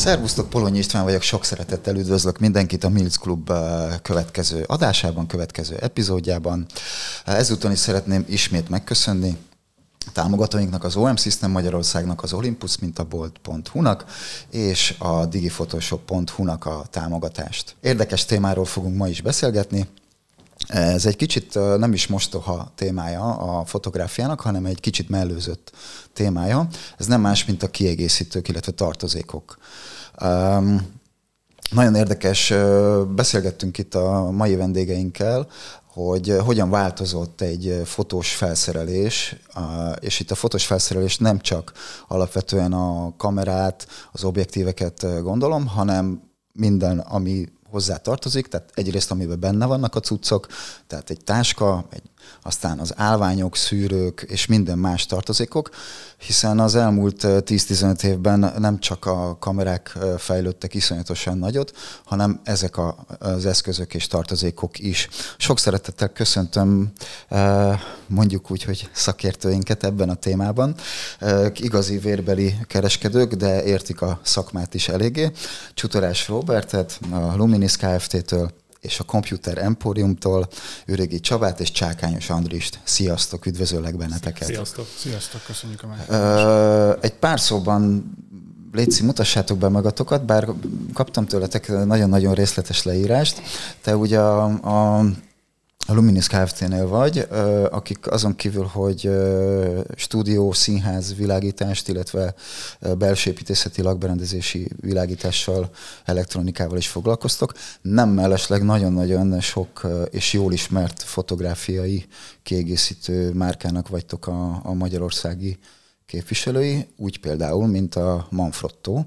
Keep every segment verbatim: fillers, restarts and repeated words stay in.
Szervusztok, Polonyi István vagyok, sok szeretettel üdvözlök mindenkit a Milc Klub következő adásában, következő epizódjában. Ezúton is szeretném ismét megköszönni támogatóinknak, az o em System Magyarországnak, az Olympus mintabolt pont hu-nak és a digifotoshop pont hu-nak a támogatást. Érdekes témáról fogunk ma is beszélgetni. Ez egy kicsit nem is mostoha témája a fotográfiának, hanem egy kicsit mellőzött témája. Ez nem más, mint a kiegészítők, illetve tartozékok. Um, nagyon érdekes, beszélgettünk itt a mai vendégeinkkel, hogy hogyan változott egy fotós felszerelés, és itt a fotós felszerelés nem csak alapvetően a kamerát, az objektíveket gondolom, hanem minden, ami hozzá tartozik, tehát egyrészt amiben benne vannak a cuccok, tehát egy táska, egy, aztán az állványok, szűrők és minden más tartozékok, hiszen az elmúlt tíz-tizenöt évben nem csak a kamerák fejlődtek iszonyatosan nagyot, hanem ezek a, az eszközök és tartozékok is. Sok szeretettel köszöntöm mondjuk úgy, hogy szakértőinket ebben a témában. Igazi vérbeli kereskedők, de értik a szakmát is eléggé. Csutorás Robertet, a Luminis Kft-től és a Computer Emporiumtól, Üregi Csabát és Csákányos Andrist. Sziasztok, üdvözöllek benneteket. Sziasztok. Sziasztok, köszönjük a meghívást. Egy pár szóban létszi, mutassátok be magatokat, bár kaptam tőletek nagyon-nagyon részletes leírást. Te ugye a, a A Luminis Kft-nél vagy, akik azon kívül, hogy stúdió, színház világítást, illetve belső építészeti lakberendezési világítással, elektronikával is foglalkoztok. Nem mellesleg nagyon-nagyon sok és jól ismert fotográfiai kiegészítő márkának vagytok a, a magyarországi képviselői, úgy például, mint a Manfrotto.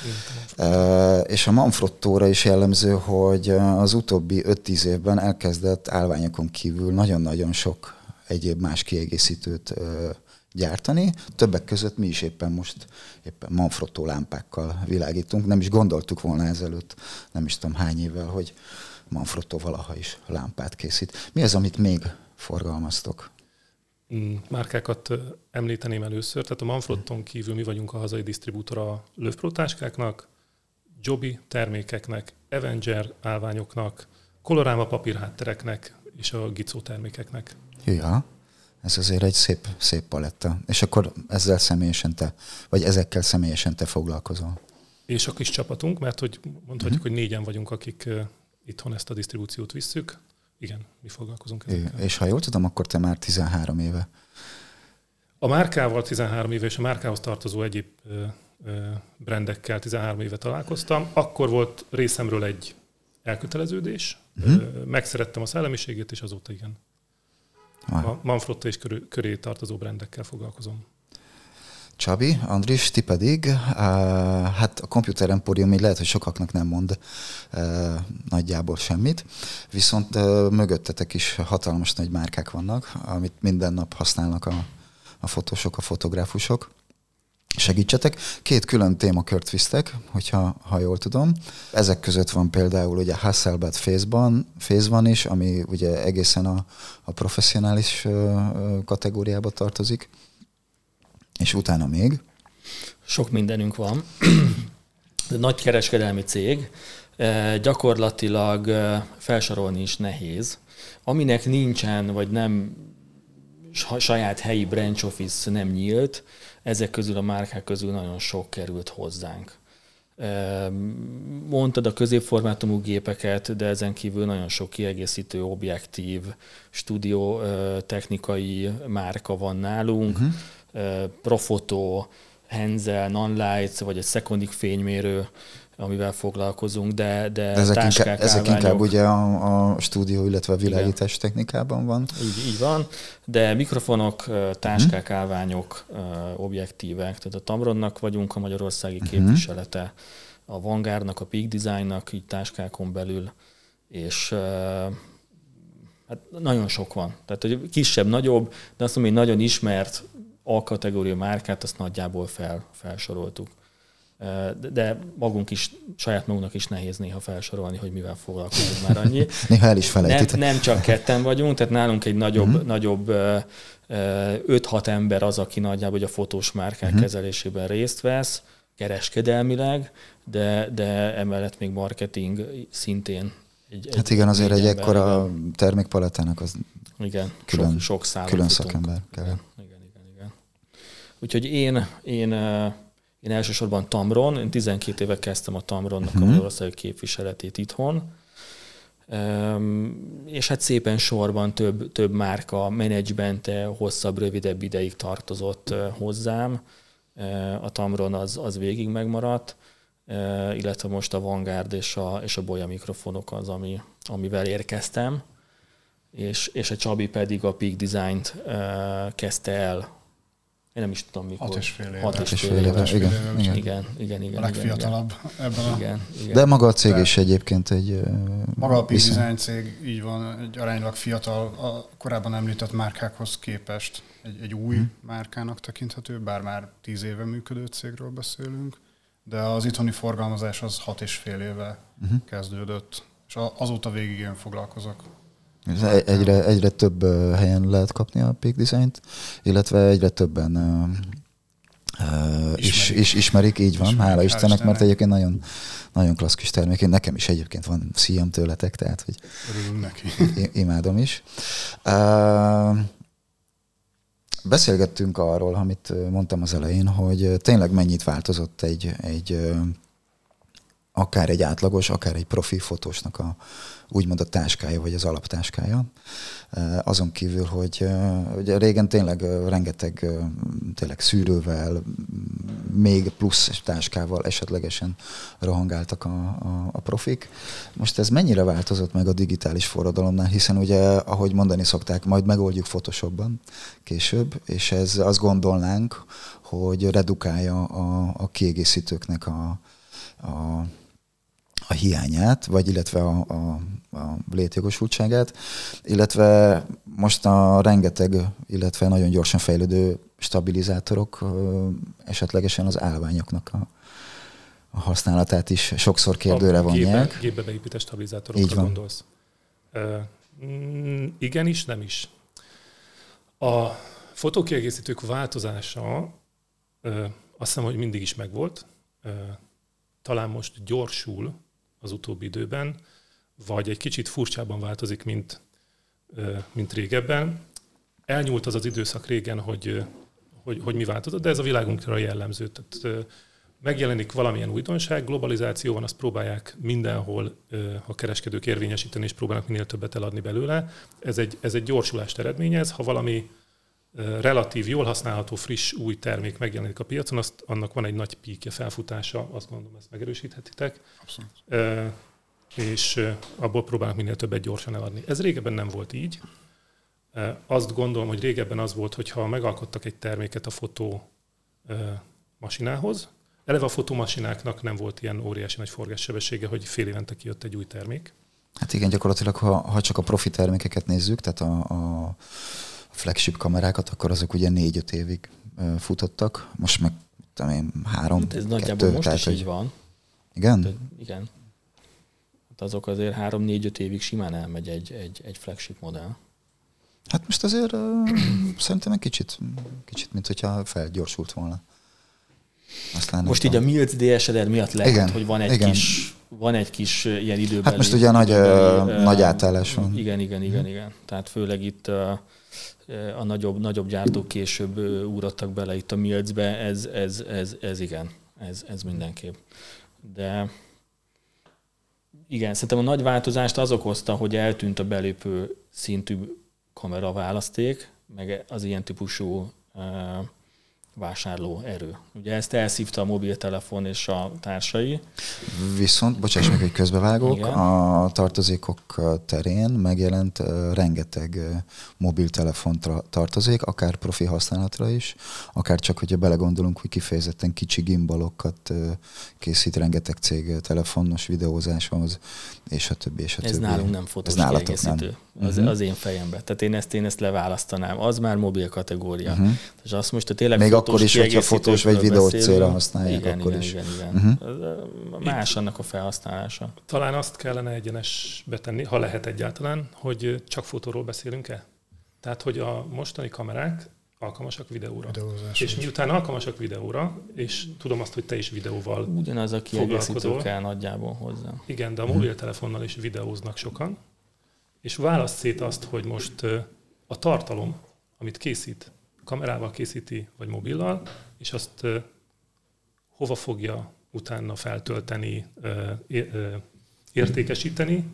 Uh, és a Manfrottóra is jellemző, hogy az utóbbi öt-tíz évben elkezdett állványokon kívül nagyon-nagyon sok egyéb más kiegészítőt uh, gyártani. Többek között mi is éppen most éppen Manfrotto lámpákkal világítunk. Nem is gondoltuk volna ezelőtt, nem is tudom hány évvel, hogy Manfrotto valaha is lámpát készít. Mi az, amit még forgalmaztok? Márkákat említeném először, tehát a Manfrotton kívül mi vagyunk a hazai disztribútora a Löw-Pro táskáknak, Joby termékeknek, Avenger állványoknak, Colorama papírháttereknek és a Gizzo termékeknek. Ja, ez azért egy szép, szép paletta. És akkor ezzel személyesen te, vagy ezekkel személyesen te foglalkozol. És a kis csapatunk, mert hogy mondhatjuk, mm-hmm. hogy négyen vagyunk, akik itthon ezt a disztribúciót visszük. Igen, mi foglalkozunk ezekkel. És ha jól tudom, akkor te már tizenhárom éve. A márkával tizenhárom éve, és a márkához tartozó egyéb ö, ö, brandekkel tizenhárom éve találkoztam. Akkor volt részemről egy elköteleződés. Uh-huh. Ö, megszerettem a szellemiségét, és azóta igen. Ah. A Manfrotto és köré, köré tartozó brandekkel foglalkozom. Csabi, Andris, ti pedig, uh, hát a Computer Emporium így lehet, hogy sokaknak nem mond uh, nagyjából semmit, viszont uh, mögöttetek is hatalmas nagy márkák vannak, amit minden nap használnak a, a fotósok, a fotográfusok. Segítsetek. Két külön témakört visztek, hogyha ha jól tudom. Ezek között van például ugye Hasselblad Phase One, Phase One is, ami ugye egészen a, a professzionális uh, kategóriába tartozik. És utána még? Sok mindenünk van. Nagy kereskedelmi cég. Gyakorlatilag felsorolni is nehéz. Aminek nincsen, vagy nem saját helyi branch office nem nyílt, ezek közül a márkák közül nagyon sok került hozzánk. Mondtad a középformátumú gépeket, de ezen kívül nagyon sok kiegészítő, objektív, stúdió technikai márka van nálunk. Uh-huh. Profoto, Hensel, Nonlights, vagy egy Seconic fénymérő, amivel foglalkozunk, de, de, de ezek táskák, inkább, ezek inkább ugye a, a stúdió, illetve a világítás igen. technikában van. Így, így van, de mikrofonok, táskák, uh-huh. állványok, objektívek, tehát a Tamronnak vagyunk a magyarországi uh-huh. képviselete, a Vanguardnak, a Peak Designnak, így táskákon belül, és hát nagyon sok van. Tehát hogy kisebb, nagyobb, de azt mondom, hogy nagyon ismert A-kategória márkát, azt nagyjából fel, felsoroltuk. De magunk is, saját magunknak is nehéz néha felsorolni, hogy mivel foglalkozunk már annyi. Néha el is felejtitek. Nem, nem csak ketten vagyunk, tehát nálunk egy nagyobb, uh-huh. nagyobb öt-hat ember az, aki nagyjából a fotós márkák uh-huh. kezelésében részt vesz. kereskedelmileg, de, de emellett még marketing szintén. Egy, hát igen, azért egy ember, ekkora termékpalettának az igen, külön, sok, sok szállat külön futunk. szakember kell. Igen, igen, igen, igen. Úgyhogy én, én, én elsősorban Tamron, én tizenkét éve kezdtem a Tamronnak uh-huh. a Magyarországi képviseletét itthon, és hát szépen sorban több, több márka menedzsmente hosszabb, rövidebb ideig tartozott hozzám. A Tamron az, az végig megmaradt, illetve most a Vanguard és a, és a Boya mikrofonok az, ami, amivel érkeztem, és, és a Csabi pedig a Peak Design-t kezdte el. Én nem is tudom mikor. Hat és fél éve. Hat és fél fél éve. éve. Igen, igen, igen, igen, igen. A legfiatalabb igen. ebben a... Igen, igen. De maga a cég De is egyébként egy... Maga a Peak Design cég így van, egy aránylag fiatal, a korábban említett márkákhoz képest egy, egy új hmm. márkának tekinthető, bár már tíz éve működő cégről beszélünk, de az itthoni forgalmazás az hat és fél éve uh-huh. kezdődött, és azóta végig én foglalkozok. Egyre, egyre több helyen lehet kapni a Peak Design-t, illetve egyre többen uh, is, is ismerik, így van, ismerik, hála Istennek, Istennek, mert egyébként nagyon, nagyon klassz kis termék. Nekem is egyébként van szíjam tőletek, tehát hogy örülünk neki. Imádom is. Uh, beszélgettünk arról, amit mondtam az elején, hogy tényleg mennyit változott egy, egy akár egy átlagos, akár egy profi fotósnak a, úgymond a táskája, vagy az alaptáskája. Azon kívül, hogy ugye régen tényleg rengeteg tényleg szűrővel, még plusz táskával esetlegesen rohangáltak a, a, a profik. Most ez mennyire változott meg a digitális forradalomnál, hiszen ugye, ahogy mondani szokták, majd megoldjuk Photoshopban később, és ez azt gondolnánk, hogy redukálja a, a kiegészítőknek a, a a hiányát, vagy illetve a, a, a létjogosultságát, illetve most a rengeteg, illetve nagyon gyorsan fejlődő stabilizátorok esetlegesen az állványoknak a, a használatát is sokszor kérdőre vonják. Gépbe, gépbe beépített stabilizátorokra gondolsz. Uh, igen is, nem is. A fotókiegészítők változása uh, azt hiszem, hogy mindig is megvolt. Uh, talán most gyorsul az utóbbi időben, vagy egy kicsit furcsában változik, mint, mint régebben. Elnyúlt az az időszak régen, hogy, hogy, hogy mi változott, de ez a világunkra jellemző. Tehát megjelenik valamilyen újdonság, globalizáció van, azt próbálják mindenhol a kereskedők érvényesíteni, és próbálnak minél többet eladni belőle. Ez egy, ez egy gyorsulást eredményez. Ha valami relatív, jól használható, friss, új termék megjelenik a piacon, azt, annak van egy nagy píkje, felfutása, azt gondolom, ezt megerősíthetitek. Abszolút. E, és abból próbálnak minél többet gyorsan eladni. Ez régebben nem volt így. E, azt gondolom, hogy régebben az volt, hogyha megalkottak egy terméket a fotó e, masinához, eleve a fotómasináknak nem volt ilyen óriási nagy forgássebessége, hogy fél évente kijött egy új termék. Hát igen, gyakorlatilag, ha, ha csak a profi termékeket nézzük, tehát a, a flagship kamerákat, akkor azok ugye négy-öt évig futottak. Most meg tudom én, három, hát ez kettő. Nagyjából most tehát, is így van. Igen? De, igen. Hát azok azért három-négy-öt évig simán elmegy egy, egy, egy flagship modell. Hát most azért uh, szerintem egy kicsit, kicsit, mint hogyha felgyorsult volna. Aztán most így a Milc dé es el er miatt lehet, igen, hogy van egy igen. kis van egy kis ilyen időbeli... Hát most ugye nagy, uh, nagy átállás van. Igen, igen, igen, hmm. igen. Tehát főleg itt uh, a nagyobb, nagyobb gyártók később úrottak bele itt a Milcbe, ez, ez, ez, ez igen, ez, ez mindenképp. De igen, szerintem a nagy változást az okozta, hogy eltűnt a belépő szintű kameraválaszték, meg az ilyen típusú uh, vásárló erő. Ugye ezt elszívta a mobiltelefon és a társai. Viszont, bocsáss meg, hogy közbevágok, igen. A tartozékok terén megjelent rengeteg mobiltelefon tartozék, akár profi használatra is, akár csak, hogyha belegondolunk, hogy kifejezetten kicsi gimbalokat készít rengeteg cég telefonos videózáshoz, és a többi, és a többi. Ez nálunk nem fotós kiegészítő. Az, uh-huh. az én fejemben. Tehát én ezt, én ezt leválasztanám. Az már mobil kategória. Uh-huh. És azt most a tényleg még akkor is, hogyha fotós vagy videó célra használják, igen, akkor igen, is. Igen, igen, igen. Uh-huh. Más annak a felhasználása. Talán azt kellene egyenesbe tenni, ha lehet egyáltalán, hogy csak fotóról beszélünk-e? Tehát, hogy a mostani kamerák, alkalmasak videóra. Videózás És is. miután alkalmasak videóra, és tudom azt, hogy te is videóval Ugyanaz a kiegészítő foglalkozol. kell nagyjából hozzá. Igen, de a mobiltelefonnal is videóznak sokan, és választ szét azt, hogy most ö, a tartalom, amit készít, kamerával készíti, vagy mobillal, és azt ö, hova fogja utána feltölteni, ö, ö, értékesíteni.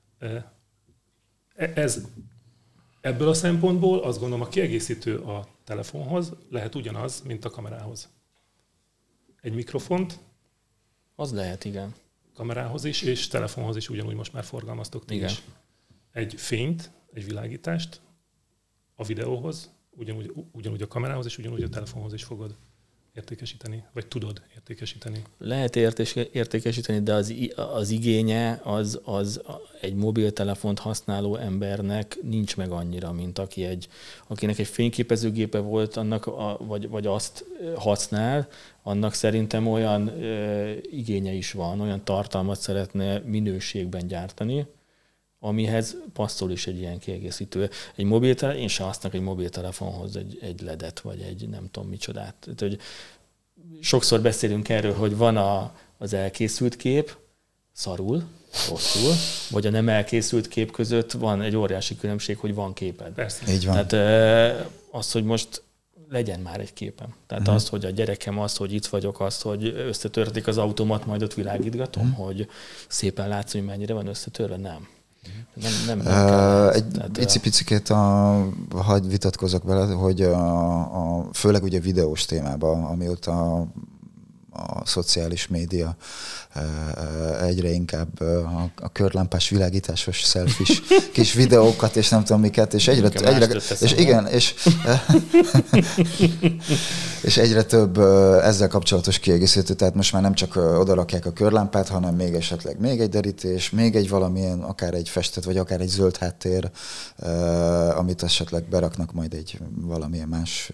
Ez, ebből a szempontból azt gondolom, a kiegészítő a telefonhoz lehet ugyanaz, mint a kamerához. Egy mikrofont Az lehet, igen. kamerához is, és telefonhoz is ugyanúgy most már forgalmaztok ti Igen. is. Egy fényt, egy világítást a videóhoz, ugyanúgy, ugyanúgy a kamerához, és ugyanúgy a telefonhoz is fogod értékesíteni, vagy tudod értékesíteni. Lehet értés, értékesíteni, de az, az igénye az, az egy mobiltelefont használó embernek nincs meg annyira, mint aki egy, akinek egy fényképezőgépe volt, annak a, vagy, vagy azt használ, annak szerintem olyan ö, igénye is van, olyan tartalmat szeretne minőségben gyártani, amihez passzol is egy ilyen kiegészítő. Egy mobiltelefon, én sem használok egy mobiltelefonhoz egy, egy ledet, vagy egy nem tudom micsodát. Tehát, hogy sokszor beszélünk erről, hogy van a, az elkészült kép, szarul, rosszul, vagy a nem elkészült kép között van egy óriási különbség, hogy van képed. Persze. Így van. Tehát az, hogy most legyen már egy képem. Tehát Mhm. az, hogy a gyerekem, az, hogy itt vagyok, az, hogy összetörték az automat, majd ott világítgatom, Mhm. hogy szépen látszom, hogy mennyire van összetörve, nem. Nem, nem, nem Uh, kell ez. egy Tehát, icipicikét, a, hadd vitatkozok vele, hogy a, a, főleg ugye videós témában, amióta a, a szociális média uh, egyre inkább uh, a, a körlámpás világításos selfies kis videókat, és nem tudom miket, és egyre, Nekem egyre más jött és eszembe. igen, és, és egyre több uh, ezzel kapcsolatos kiegészítő, tehát most már nem csak uh, odarakják a körlámpát, hanem még esetleg még egy derítés, még egy valamilyen, akár egy festet, vagy akár egy zöld háttér, uh, amit esetleg beraknak majd egy valamilyen más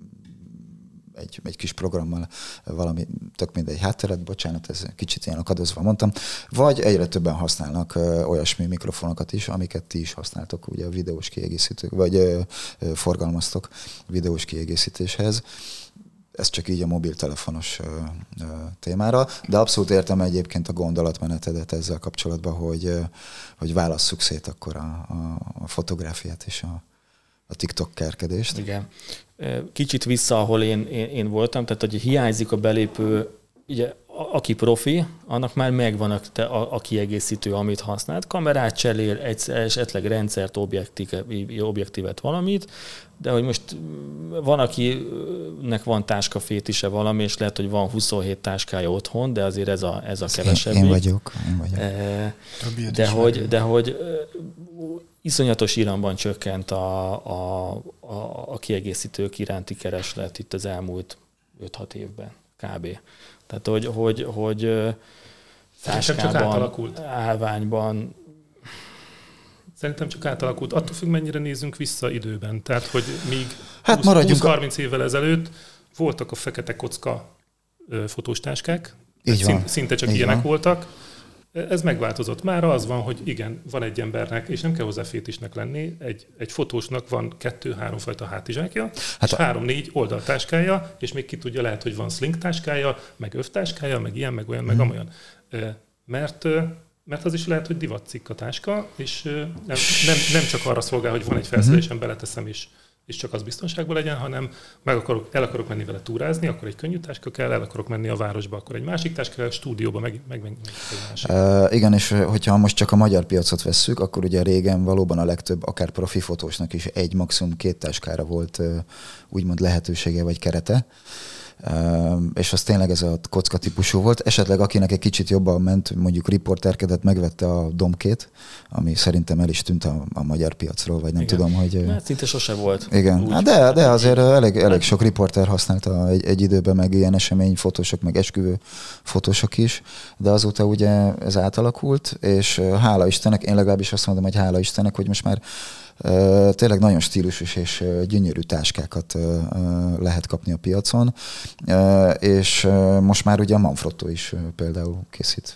Egy, egy kis programmal valami, tök mindegy hátteret, bocsánat, ez kicsit ilyen akadozva mondtam, vagy egyre többen használnak ö, olyasmi mikrofonokat is, amiket ti is használtok, ugye a videós kiegészítők, vagy ö, ö, forgalmaztok videós kiegészítéshez. Ez csak így a mobiltelefonos ö, ö, témára, de abszolút értem egyébként a gondolatmenetedet ezzel kapcsolatban, hogy, ö, hogy válasszuk szét akkor a, a, a fotográfiát és a, a TikTok-kerkedést. Igen. Kicsit vissza, ahol én, én, én voltam, tehát hogy hiányzik a belépő, ugye a, aki profi, annak már megvan a, a, a kiegészítő, amit használt. Kamerát cserél, egy, esetleg rendszert, objektívet, objektívet, valamit, de hogy most van, akinek van táskafétise valami, és lehet, hogy van huszonhét táskája otthon, de azért ez a, ez a kevesebb. Én, én vagyok. Én vagyok. E, de, hogy, de hogy iszonyatos iramban csökkent a, a, a, a kiegészítők iránti kereslet itt az elmúlt öt-hat évben kb. Tehát, hogy, hogy, hogy táskában, állványban. Szerintem csak átalakult. Attól függ, mennyire nézzünk vissza időben. Tehát, hogy még hát húsz-harminc évvel ezelőtt voltak a fekete kocka fotós táskák. Így van. Szinte csak Így ilyenek van. voltak. Ez megváltozott. Mára az van, hogy igen, van egy embernek, és nem kell hozzá fétisnek lenni, egy, egy fotósnak van kettő-három fajta hátizsákja, hát és a... három-négy oldaltáskája, és még ki tudja, lehet, hogy van sling táskája, meg övtáskája, meg ilyen, meg olyan, hmm. meg amolyan. Mert, mert az is lehet, hogy divatcikk a táska, és nem, nem, nem csak arra szolgál, hogy van egy felszerelésem, beleteszem is, és csak az biztonságban legyen, hanem meg akarok, el akarok menni vele túrázni, akkor egy könnyű táska kell, el akarok menni a városba, akkor egy másik táska kell, stúdióba meg, meg, meg, meg egy másik. Uh, igen, és hogyha most csak a magyar piacot vesszük, akkor ugye régen valóban a legtöbb, akár profi fotósnak is egy, maximum két táskára volt uh, úgymond lehetősége vagy kerete. Uh, és az tényleg ez a kocka típusú volt. Esetleg akinek egy kicsit jobban ment, mondjuk riporterkedett, megvette a Domkét, ami szerintem el is tűnt a, a magyar piacról, vagy nem igen. tudom, hogy... Hát szinte sose volt. Igen, hát de, de azért elég, elég sok riporter használta egy, egy időben, meg ilyen eseményfotósok, meg esküvő fotósok is, de azóta ugye ez átalakult, és hála Istennek, én legalábbis azt mondom, hogy hála Istennek, hogy most már Uh, tényleg nagyon stílusos és uh, gyönyörű táskákat uh, uh, lehet kapni a piacon, uh, és uh, most már ugye a Manfrotto is uh, például készít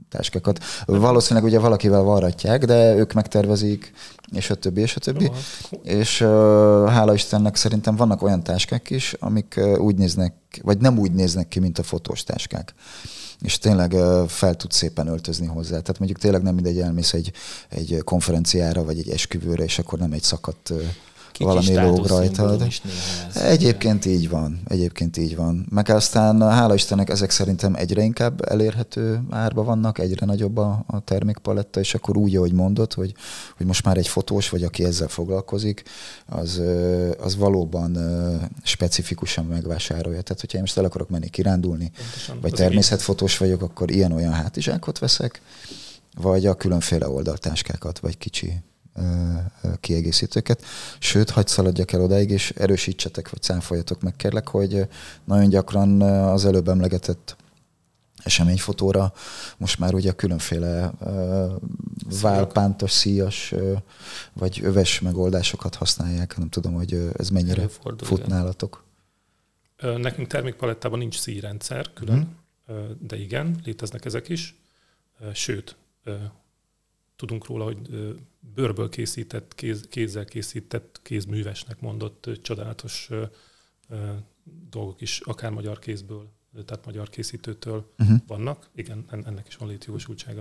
táskákat. Valószínűleg ugye valakivel varratják, de ők megtervezik, és a többi, és a többi. Jó. És uh, hála Istennek szerintem vannak olyan táskák is, amik uh, úgy néznek, vagy nem úgy néznek ki, mint a fotós táskák. És tényleg uh, fel tud szépen öltözni hozzá. Tehát mondjuk tényleg nem mindegy, elmész egy, egy konferenciára, vagy egy esküvőre, és akkor nem egy szakadt uh, valami lóg rajtad. Egyébként így van, egyébként így van. Meg aztán hála Istennek ezek szerintem egyre inkább elérhető árba vannak, egyre nagyobb a, a termékpaletta, és akkor úgy, ahogy mondod, hogy, hogy most már egy fotós, vagy aki ezzel foglalkozik, az, az valóban specifikusan megvásárolja. Tehát, hogyha én most el akarok menni kirándulni, pontosan, vagy természetfotós vagyok, akkor ilyen-olyan hátizsákot veszek, vagy a különféle oldaltáskákat, vagy kicsi kiegészítőket. Sőt, hadd szaladjak el odáig, és erősítsetek, vagy cáfoljatok meg, kérlek, hogy nagyon gyakran az előbb emlegetett eseményfotóra most már ugye különféle uh, válpántos, szíjas, uh, vagy öves megoldásokat használják. Nem tudom, hogy ez mennyire Előfordul, fut igen. nálatok. Nekünk termékpalettában nincs szíjrendszer külön, hmm. de igen, léteznek ezek is. Sőt, tudunk róla, hogy bőrből készített, kéz, kézzel készített, kézművesnek mondott csodálatos ö, ö, dolgok is, akár magyar kézből, tehát magyar készítőtől uh-huh. vannak. Igen, ennek is van létjogosultsága.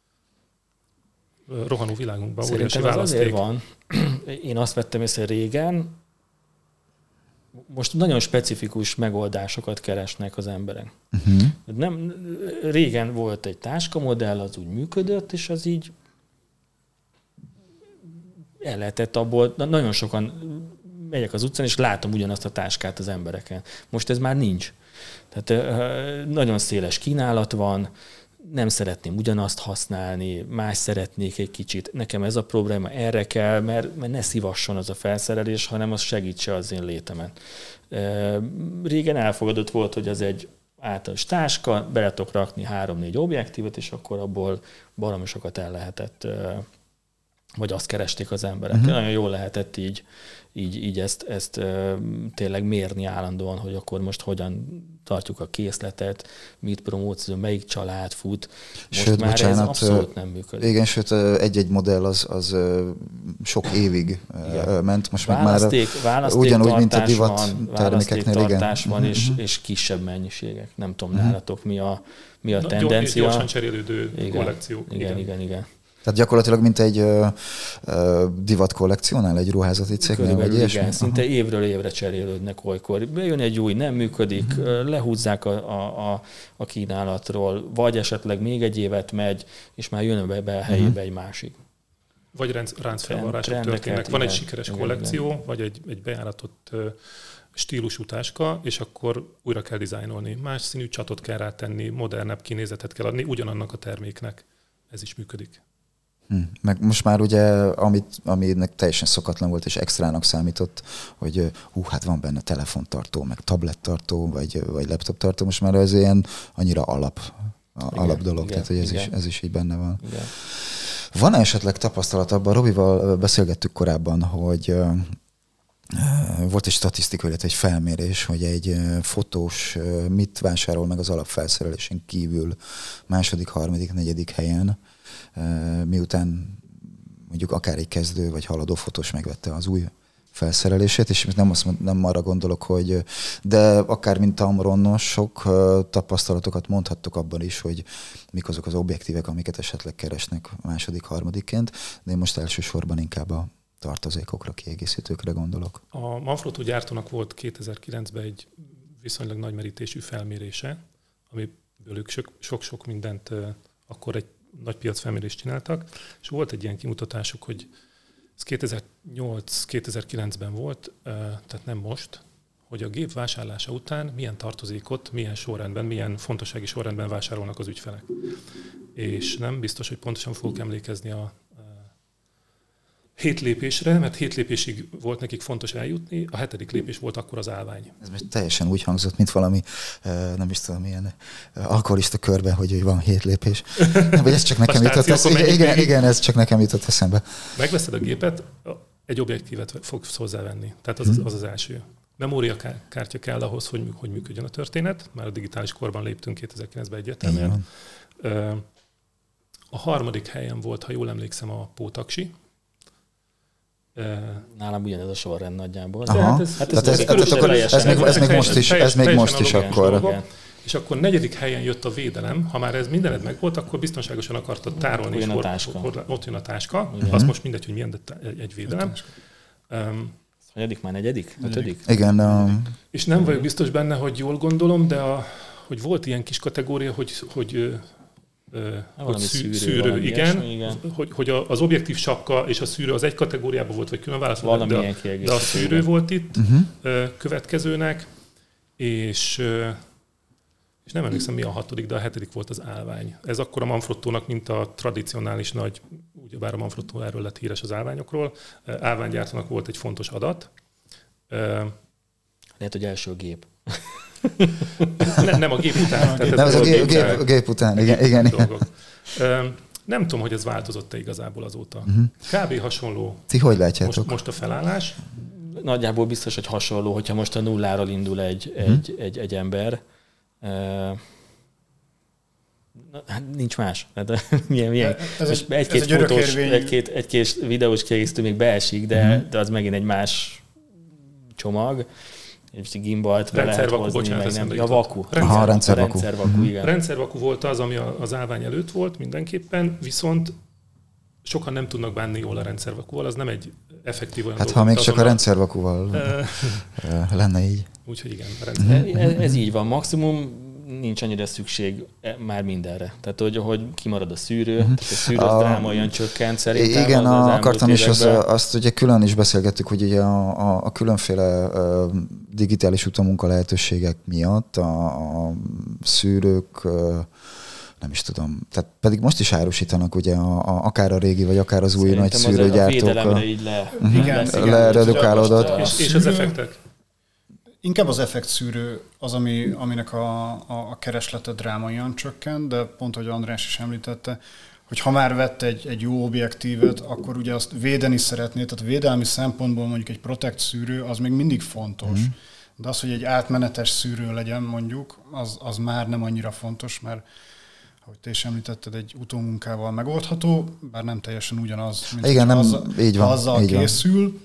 Rohanó világunkban óriási választék. Azért van. Én azt vettem észre régen, most nagyon specifikus megoldásokat keresnek az emberek. Uh-huh. Nem, régen volt egy táskamodell, az úgy működött, és az így el lehetett abból, nagyon sokan megyek az utcán, és látom ugyanazt a táskát az embereken. Most ez már nincs. Tehát nagyon széles kínálat van, nem szeretném ugyanazt használni, más szeretnék egy kicsit. Nekem ez a probléma, erre kell, mert, mert ne szívasson az a felszerelés, hanem az segítse az én létemen. Régen elfogadott volt, hogy az egy általános táska, bele tudok rakni három-négy objektívet, és akkor abból baromi sokat el lehetett, vagy azt keresték az emberek. Uh-huh. Nagyon jól lehetett így, így, így ezt, ezt uh, tényleg mérni állandóan, hogy akkor most hogyan tartjuk a készletet, mit promóciózunk, melyik család fut. Most sőt, már bocsánat, ez abszolút nem működik. Igen, sőt, egy-egy modell az, az sok évig igen. ment. Most választék, már ugyanúgy, mint a divat van, termékeknél. Választéktartás van, és, uh-huh. és kisebb mennyiségek. Nem tudom, uh-huh. nálatok mi a, mi a tendencia. Gyorsan cserélődő igen, kollekciók. Igen, igen, igen. igen. Tehát gyakorlatilag mint egy uh, uh, divat kollekciónál, egy ruházati cégnél, vagy ilyesmi? Igen, szinte évről évre cserélődnek olykor. Bejön egy új, nem működik, uh-huh. lehúzzák a, a, a, a kínálatról, vagy esetleg még egy évet megy, és már jön be, be a helyébe uh-huh. egy másik. Vagy ráncfelvarrások történnek. Van igen, egy sikeres igen, kollekció, igen. vagy egy, egy bejáratott uh, stílusú táska, és akkor újra kell dizájnolni. Más színű csatot kell rátenni, modernebb kinézetet kell adni, ugyanannak a terméknek. Ez is működik. Meg most már ugye, amit, aminek teljesen szokatlan volt és extrának számított, hogy hú, hát van benne telefontartó, meg tablettartó, vagy, vagy laptoptartó, most már ez ilyen annyira alap, igen, alap dolog, igen, tehát hogy ez is, ez is így benne van. Igen. Van esetleg tapasztalat abban, Robival beszélgettük korábban, hogy volt egy statisztika, illetve egy felmérés, hogy egy fotós mit vásárol meg az alapfelszerelésen kívül második, harmadik, negyedik helyen, miután mondjuk akár egy kezdő vagy haladó fotós megvette az új felszerelését, és nem, azt mond, nem arra gondolok, hogy de akár mint Tamronos sok tapasztalatokat mondhattok abban is, hogy mik azok az objektívek, amiket esetleg keresnek második, harmadikként, de én most elsősorban inkább a tartozékokra, kiegészítőkre gondolok. A Manfrotto gyártónak volt kétezer-kilencben egy viszonylag nagy merítésű felmérése, amiből ők sok-sok mindent akkor egy nagy piacfelmérést csináltak, és volt egy ilyen kimutatásuk, hogy ez kétezer-nyolc-kétezer-kilencben volt, tehát nem most, hogy a gép vásárlása után milyen tartozékot, milyen sorrendben, milyen fontossági sorrendben vásárolnak az ügyfelek. És nem biztos, hogy pontosan fogok emlékezni a hét lépésre, mert hét lépésig volt nekik fontos eljutni, a hetedik lépés volt akkor az állvány. Ez most teljesen úgy hangzott, mint valami, nem is tudom, milyen alkoholista körben, hogy van hét lépés. Vagy ez csak nekem jutott eszembe. Igen, igen, ez csak nekem jutott eszembe. Megveszed a gépet, egy objektívet fogsz hozzávenni. Tehát az az, az, az első. Memóriakártya kell ahhoz, hogy, hogy működjön a történet. Már a digitális korban léptünk kétezer-kilencben egyértelműen. A harmadik helyen volt, ha jól emlékszem, a Pótaksi. Nálam ugyanez a sorrend nagyjából. Aha. Hát ez, hát ez, ez, ez, akkor, ez, még, ez még most is, ez még most is akkor. És akkor negyedik helyen jött a védelem. Ha már ez mindened megvolt, akkor biztonságosan akartad tárolni. Ott jön és a táska. Ott, ott jön a táska. Igen. Az most mindegy, hogy milyen, de egy védelem. Um, Negyedik már, negyedik? Ötödik? Igen. Um, és nem vagyok biztos benne, hogy jól gondolom, de a, hogy volt ilyen kis kategória, hogy, hogy Uh, hogy szűrő, szűrő igen, igen. Hogy, hogy az objektív sapka és a szűrő az egy kategóriában volt, vagy külön választott, de, a, de a szűrő igen. volt itt uh-huh. következőnek, és, és nem emlékszem mi a hatodik, de a hetedik volt az állvány. Ez akkor a Manfrottónak, mint a tradicionális nagy, ugyebár a Manfrottó erről lett híres az állványokról, állványgyártónak volt egy fontos adat. Lehet, hogy első gép. Ne, nem a gép után. Tehát nem, ez a gép, gép, gép, gép után, igen. igen, igen. Nem tudom, hogy ez változott-e igazából azóta. Uh-huh. Kb. Hasonló. Ti hogy látjátok? Most, most a felállás. Nagyjából biztos, hogy hasonló, hogyha most a nulláról indul egy, uh-huh. egy, egy, egy ember. Hát nincs más. Hát, milyen, milyen. Ez most egy-két egy fotós, egy-két, egy-két videós kiegészítő még beesik, de, uh-huh. de az megint egy más csomag. És gimbalt be lehet hozni, bocsánat, meg nem. Ja, vaku. Aha, rendszervaku. Rendszervaku, igen. Rendszervaku volt az, ami az állvány előtt volt mindenképpen, viszont sokan nem tudnak bánni jól a rendszervakuval, az nem egy effektív olyan Hát dolog, ha még csak a rendszervakuval lenne így. Úgyhogy igen. A ez, ez így van. Maximum nincs annyira szükség már mindenre. Tehát, hogy, hogy kimarad a szűrő, uh-huh. tehát a szűrő a, dráma olyan csökkent szerintem. Igen, az, az akartam is, az, azt ugye külön is beszélgettük, hogy ugye a, a, a különféle a digitális utómunka lehetőségek miatt a, a szűrők, nem is tudom, tehát pedig most is árusítanak ugye a, a, akár a régi, vagy akár az új szerintem nagy szűrőgyártók. A védelemre így le, uh-huh. igen, igen, leredukálódott. És, és az effektek? Inkább az effektszűrő az, ami, aminek a, a, a kereslete drámaian csökkent, de pont, hogy András is említette, hogy ha már vett egy, egy jó objektívet, akkor ugye azt védeni szeretné, tehát védelmi szempontból mondjuk egy protect szűrő az még mindig fontos. Mm. De az, hogy egy átmenetes szűrő legyen mondjuk, az, az már nem annyira fontos, mert ahogy te is említetted, egy utómunkával megoldható, bár nem teljesen ugyanaz, mint igen, nem, azzal, így van, azzal így készül. Van.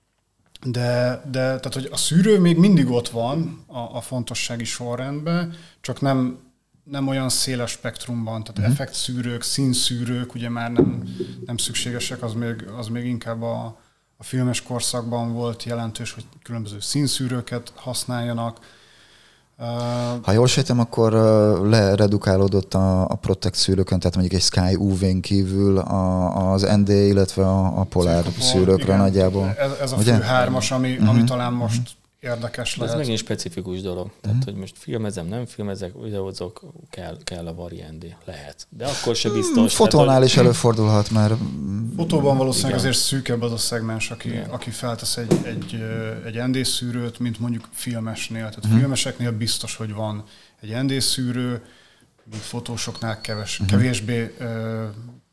De, de tehát, hogy a szűrő még mindig ott van a, a fontossági sorrendben, csak nem, nem olyan széles spektrumban, tehát uh-huh. effektszűrők, színszűrők ugye már nem, nem szükségesek, az még, az még inkább a, a filmes korszakban volt jelentős, hogy különböző színszűrőket használjanak. Ha jól sejtem, akkor leredukálódott a, a Protect szűrőkön, tehát mondjuk egy Sky ú vén kívül a, az en dé, illetve a, a Polar szűrőkre igen, nagyjából. Ez, ez a ugye? Fő hármas, ami, uh-huh. ami talán most uh-huh. érdekes lehet. Ez megint specifikus dolog. Tehát, uh-huh. hogy most filmezem, nem filmezek, videózok, kell, kell a variandi. Lehet. De akkor se biztos. Fotónál tehát, is előfordulhat, mert... Fotóban valószínűleg igen. azért szűkebb az a szegmens, aki, aki feltesz egy, egy, egy en dé szűrőt, mint mondjuk filmesnél. Tehát uh-huh. filmeseknél biztos, hogy van egy en dé szűrő, míg fotósoknál keves, uh-huh. kevésbé uh,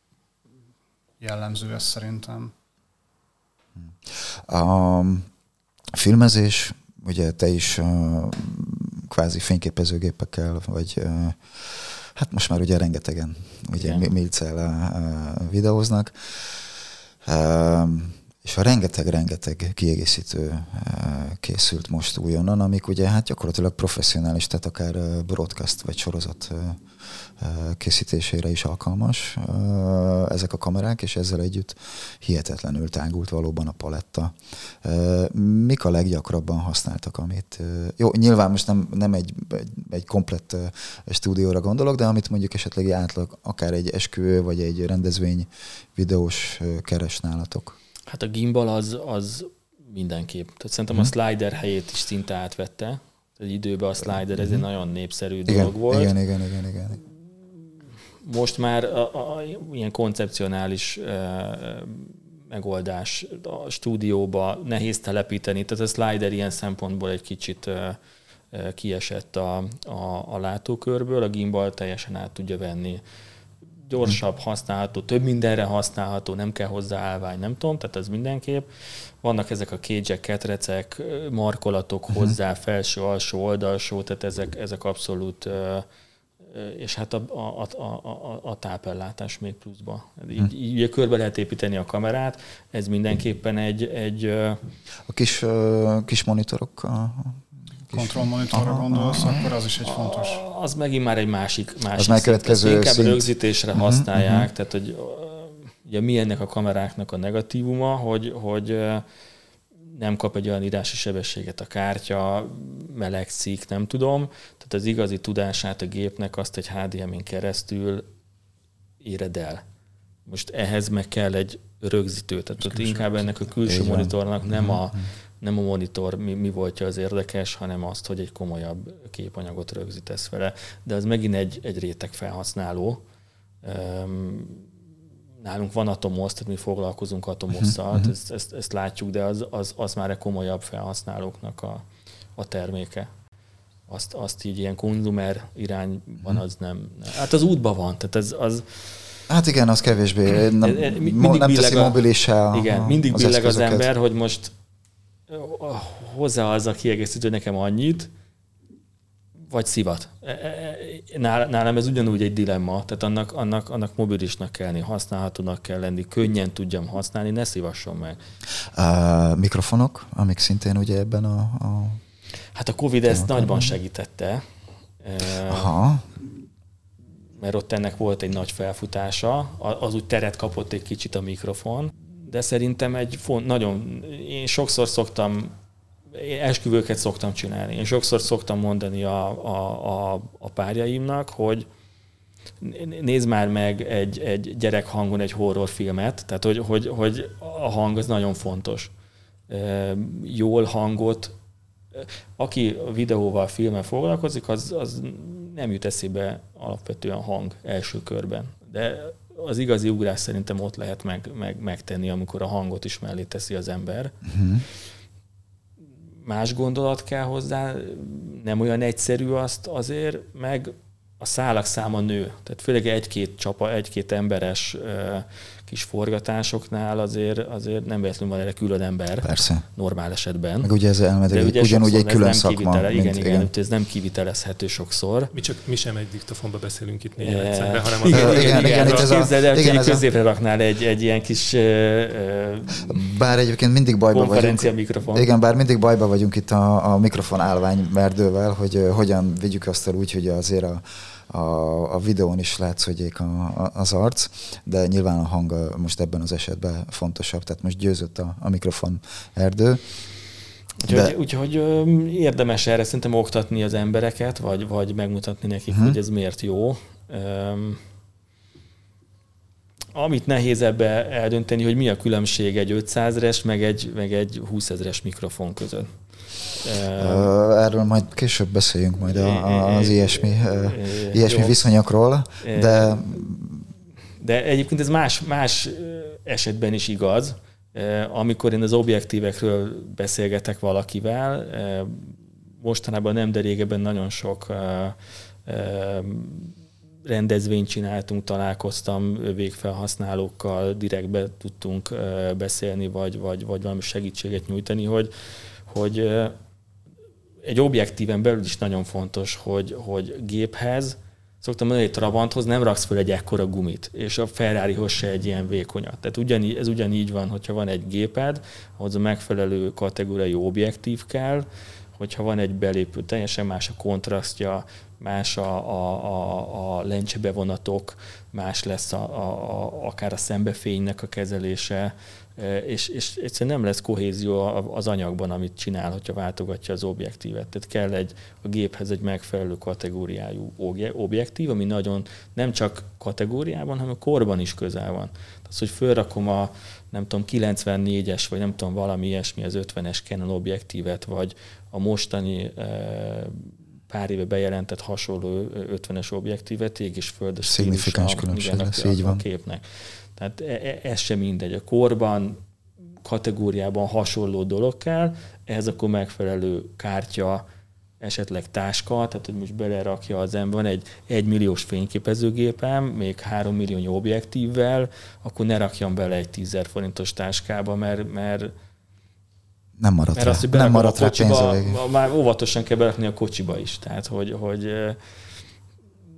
jellemző ez szerintem. A filmezés, ugye te is uh, kvázi fényképezőgépekkel, vagy uh, hát most már ugye rengetegen ugye milccel uh, videóznak, uh, és a rengeteg-rengeteg kiegészítő uh, készült most újonnan, amik ugye hát gyakorlatilag professzionális, tehát akár uh, broadcast vagy sorozat uh, készítésére is alkalmas ezek a kamerák, és ezzel együtt hihetetlenül tágult valóban a paletta. Mik a leggyakrabban használtak, amit... Jó, nyilván most nem, nem egy, egy, egy komplett stúdióra gondolok, de amit mondjuk esetleg átlag, akár egy esküvő, vagy egy rendezvény videós keres nálatok. Hát a gimbal az, az mindenképp. Tehát szerintem hmm. a slider helyét is szinte átvette. Egy időben a slider, ez egy nagyon népszerű igen, dolog volt. Igen, igen, igen, igen. Most már a, a, ilyen koncepcionális e, megoldás a stúdióba nehéz telepíteni, tehát a slider ilyen szempontból egy kicsit e, e, kiesett a, a, a látókörből, a gimbal teljesen át tudja venni. Gyorsabb, használható, több mindenre használható, nem kell hozzá állvány, nem tudom, tehát ez mindenképp. Vannak ezek a cage-ek, ketrecek, markolatok uh-huh. hozzá, felső, alsó, oldalsó, tehát ezek, ezek abszolút uh, és hát a, a, a, a, a tápellátás még pluszba. Így, így ugye körbe lehet építeni a kamerát, ez mindenképpen egy... egy a kis, kis monitorok... A... Kontrollmonitorra gondolsz, aha, akkor az is egy fontos. Az megint már egy másik, másik az következő szint. Inkább szint. rögzítésre uh-huh, használják, uh-huh. tehát hogy ugye mi ennek a kameráknak a negatívuma, hogy, hogy nem kap egy olyan írási sebességet a kártya, melegszik, nem tudom. Tehát az igazi tudását a gépnek azt egy há dé em-en keresztül éred el. Most ehhez meg kell egy rögzítő, tehát ott inkább ennek a külső monitornak nem a nem a monitor mi, mi voltja az érdekes, hanem azt, hogy egy komolyabb képanyagot rögzítesz vele. De az megint egy, egy réteg felhasználó. Nálunk van Atomos, tehát mi foglalkozunk Atomosszal, uh-huh. ezt, ezt, ezt látjuk, de az, az, az már egy komolyabb felhasználóknak a, a terméke. Azt, azt így ilyen konzumer irányban az nem... Hát az útban van, tehát ez az... Hát igen, az kevésbé. Nem, mindig nem teszi mobilissá. Igen, mindig az billeg az ember, hogy most hozzá az a kiegészítő nekem annyit, vagy szivat. Nálam ez ugyanúgy egy dilemma, tehát annak, annak, annak mobilisnak kell lenni, használhatónak kell lenni, könnyen tudjam használni, ne szívasson meg. A mikrofonok, amik szintén ugye ebben a... a hát a Covid ezt nagyban segítette. Aha. Mert ott ennek volt egy nagy felfutása, az úgy teret kapott egy kicsit a mikrofon, de szerintem egy font, nagyon, én sokszor szoktam, én esküvőket szoktam csinálni, én sokszor szoktam mondani a, a, a, a párjaimnak, hogy nézd már meg egy, egy gyerek hangon egy horrorfilmet, tehát hogy, hogy, hogy a hang az nagyon fontos. Jól hangot, aki videóval, filmmel foglalkozik, az, az nem jut eszébe alapvetően hang első körben. De az igazi ugrás szerintem ott lehet meg, meg, megtenni, amikor a hangot is mellé teszi az ember. Uh-huh. Más gondolat kell hozzá, nem olyan egyszerű azt azért, meg a szálak száma nő. Tehát főleg egy-két csapa, egy-két emberes uh, kis forgatásoknál azért, azért nem véletlenül van erre külön ember. Persze. Normál esetben. Meg ugye ez elmedődik, ugyanúgy egy külön szakma. Igen, mint, igen, igen, ez nem kivitelezhető sokszor. Mi csak mi sem egy diktafonba beszélünk itt négyen egyszerre, hanem az... Igen, igen, igen, igen, igen, képzeld el, hogy egy középre raknál egy, egy ilyen kis uh, bár egyébként mindig bajba konferencia vagyunk. Mikrofon. Igen, bár mindig bajba vagyunk itt a, a mikrofon állványmerdővel, hogy uh, hogyan vigyük azt el úgy, hogy azért a A, a videón is látszódjék a, a, az arc, de nyilván a hang most ebben az esetben fontosabb, tehát most győzött a, a mikrofon erdő. Úgyhogy, de... úgyhogy érdemes erre szerintem oktatni az embereket, vagy, vagy megmutatni nekik, hmm. hogy ez miért jó. Um, amit nehéz ebbe eldönteni, hogy mi a különbség egy ötszázezres, meg egy, meg egy húszezres mikrofon között. Erről majd később beszéljünk majd az ilyesmi, ilyesmi viszonyokról, de... De egyébként ez más, más esetben is igaz. Amikor én az objektívekről beszélgetek valakivel, mostanában nem, de régebben nagyon sok rendezvényt csináltunk, találkoztam végfelhasználókkal, direktbe tudtunk beszélni, vagy, vagy, vagy valami segítséget nyújtani, hogy, hogy egy objektíven belül is nagyon fontos, hogy, hogy géphez, szoktam mondani, hogy Trabanthoz nem raksz föl egy ekkora gumit, és a Ferrarihoz se egy ilyen vékonyat. Tehát ugyanígy, ez ugyanígy van, hogyha van egy géped, ahhoz a megfelelő kategóriai objektív kell, hogyha van egy belépő, teljesen más a kontrasztja, más a, a, a, a lencsebevonatok, más lesz a, a, a, akár a szembefénynek a kezelése, és, és egyszerűen nem lesz kohézió az anyagban, amit csinál, hogyha váltogatja az objektívet. Tehát kell egy, a géphez egy megfelelő kategóriájú objektív, ami nagyon nem csak kategóriában, hanem a korban is közel van. Az, hogy fölrakom a nem tudom, kilencvennégyes, vagy nem tudom, valami ilyesmi az ötvenes Canon objektívet, vagy a mostani pár éve bejelentett hasonló ötvenes objektívet, ég és földes szignifikáns különbség lesz, így van. A képnek. Tehát ez sem mindegy. A korban, kategóriában hasonló dolog kell, ehhez akkor megfelelő kártya, esetleg táska, tehát hogy most belerakja az ember, van egy egymilliós fényképezőgépem, még három milliónyi objektívvel, akkor ne rakjam bele egy tízezer forintos táskába, mert, mert nem maradt mert rá, azt, hogy nem maradt rá kocsiba, már óvatosan kell berakni a kocsiba is. Tehát, hogy, hogy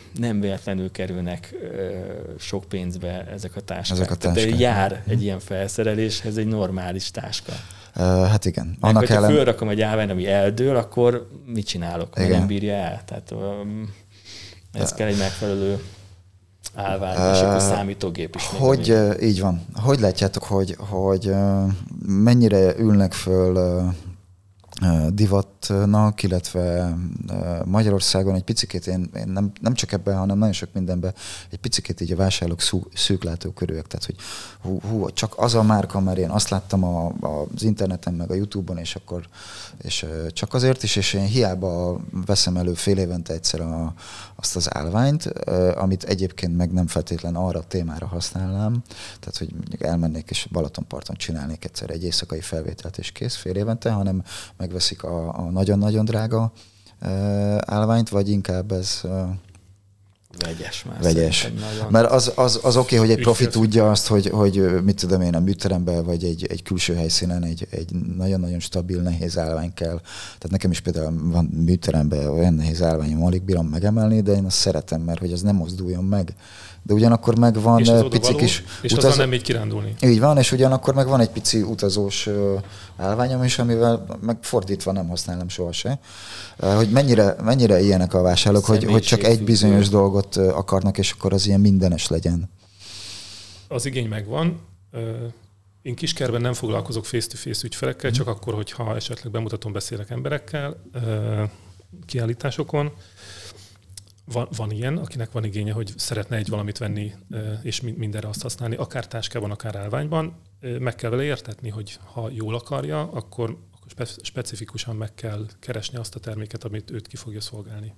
nem véletlenül kerülnek ö, sok pénzbe ezek a táskák. Ezek a táskák. Tehát jár egy ilyen felszereléshez egy normális táska. Uh, hát igen. Meg, Annak hogyha ellen... fölrakom egy állványt, ami eldől, akkor mit csinálok? Mert nem bírja el. Tehát um, ez uh, kell egy megfelelő állvány, uh, és akkor számítógép is. Hogy uh, így van. Hogy látjátok, hogy, hogy uh, mennyire ülnek föl uh, divatnak, illetve Magyarországon egy picikét, én, én nem, nem csak ebben, hanem nagyon sok mindenben, egy picikét így a vásárlók szűklátókörűek, tehát hogy hú, hú, csak az a márka, mert én azt láttam a, a, az interneten, meg a YouTube-on, és akkor és csak azért is, és én hiába veszem elő fél évente egyszer a, azt az állványt, amit egyébként meg nem feltétlen arra a témára használnám, tehát hogy mondjuk elmennék és Balatonparton csinálnék egyszer egy éjszakai felvételt és kész fél évente, hanem megveszik a, a nagyon-nagyon drága uh, állványt, vagy inkább ez uh, vegyes már. Vegyes. Mert az, az, az oké, okay, hogy egy profi tudja azt, hogy, hogy mit tudom én, a műteremben, vagy egy, egy külső helyszínen egy, egy nagyon-nagyon stabil, nehéz állvány kell. Tehát nekem is például van műteremben olyan nehéz állványom, alig bírom megemelni, de én azt szeretem, mert hogy az nem mozduljon meg. De ugyanakkor meg van pici kis... És utaz... azzal nem így kirándulni. Így van, és ugyanakkor meg van egy pici utazós állványom is, amivel meg fordítva nem használom sohasem. Hogy mennyire, mennyire ilyenek a vásárlók, hogy, hogy csak egy bizonyos dolgot akarnak, és akkor az ilyen mindenes legyen. Az igény megvan. Én Kiskerben nem foglalkozok face-to-face ügyfelekkel, csak akkor, hogyha esetleg bemutatom, beszélek emberekkel kiállításokon. Van, van ilyen, akinek van igénye, hogy szeretne egy valamit venni, és mindenre azt használni, akár táskában, akár állványban. Meg kell vele értetni, hogy ha jól akarja, akkor, akkor specifikusan meg kell keresni azt a terméket, amit őt ki fogja szolgálni.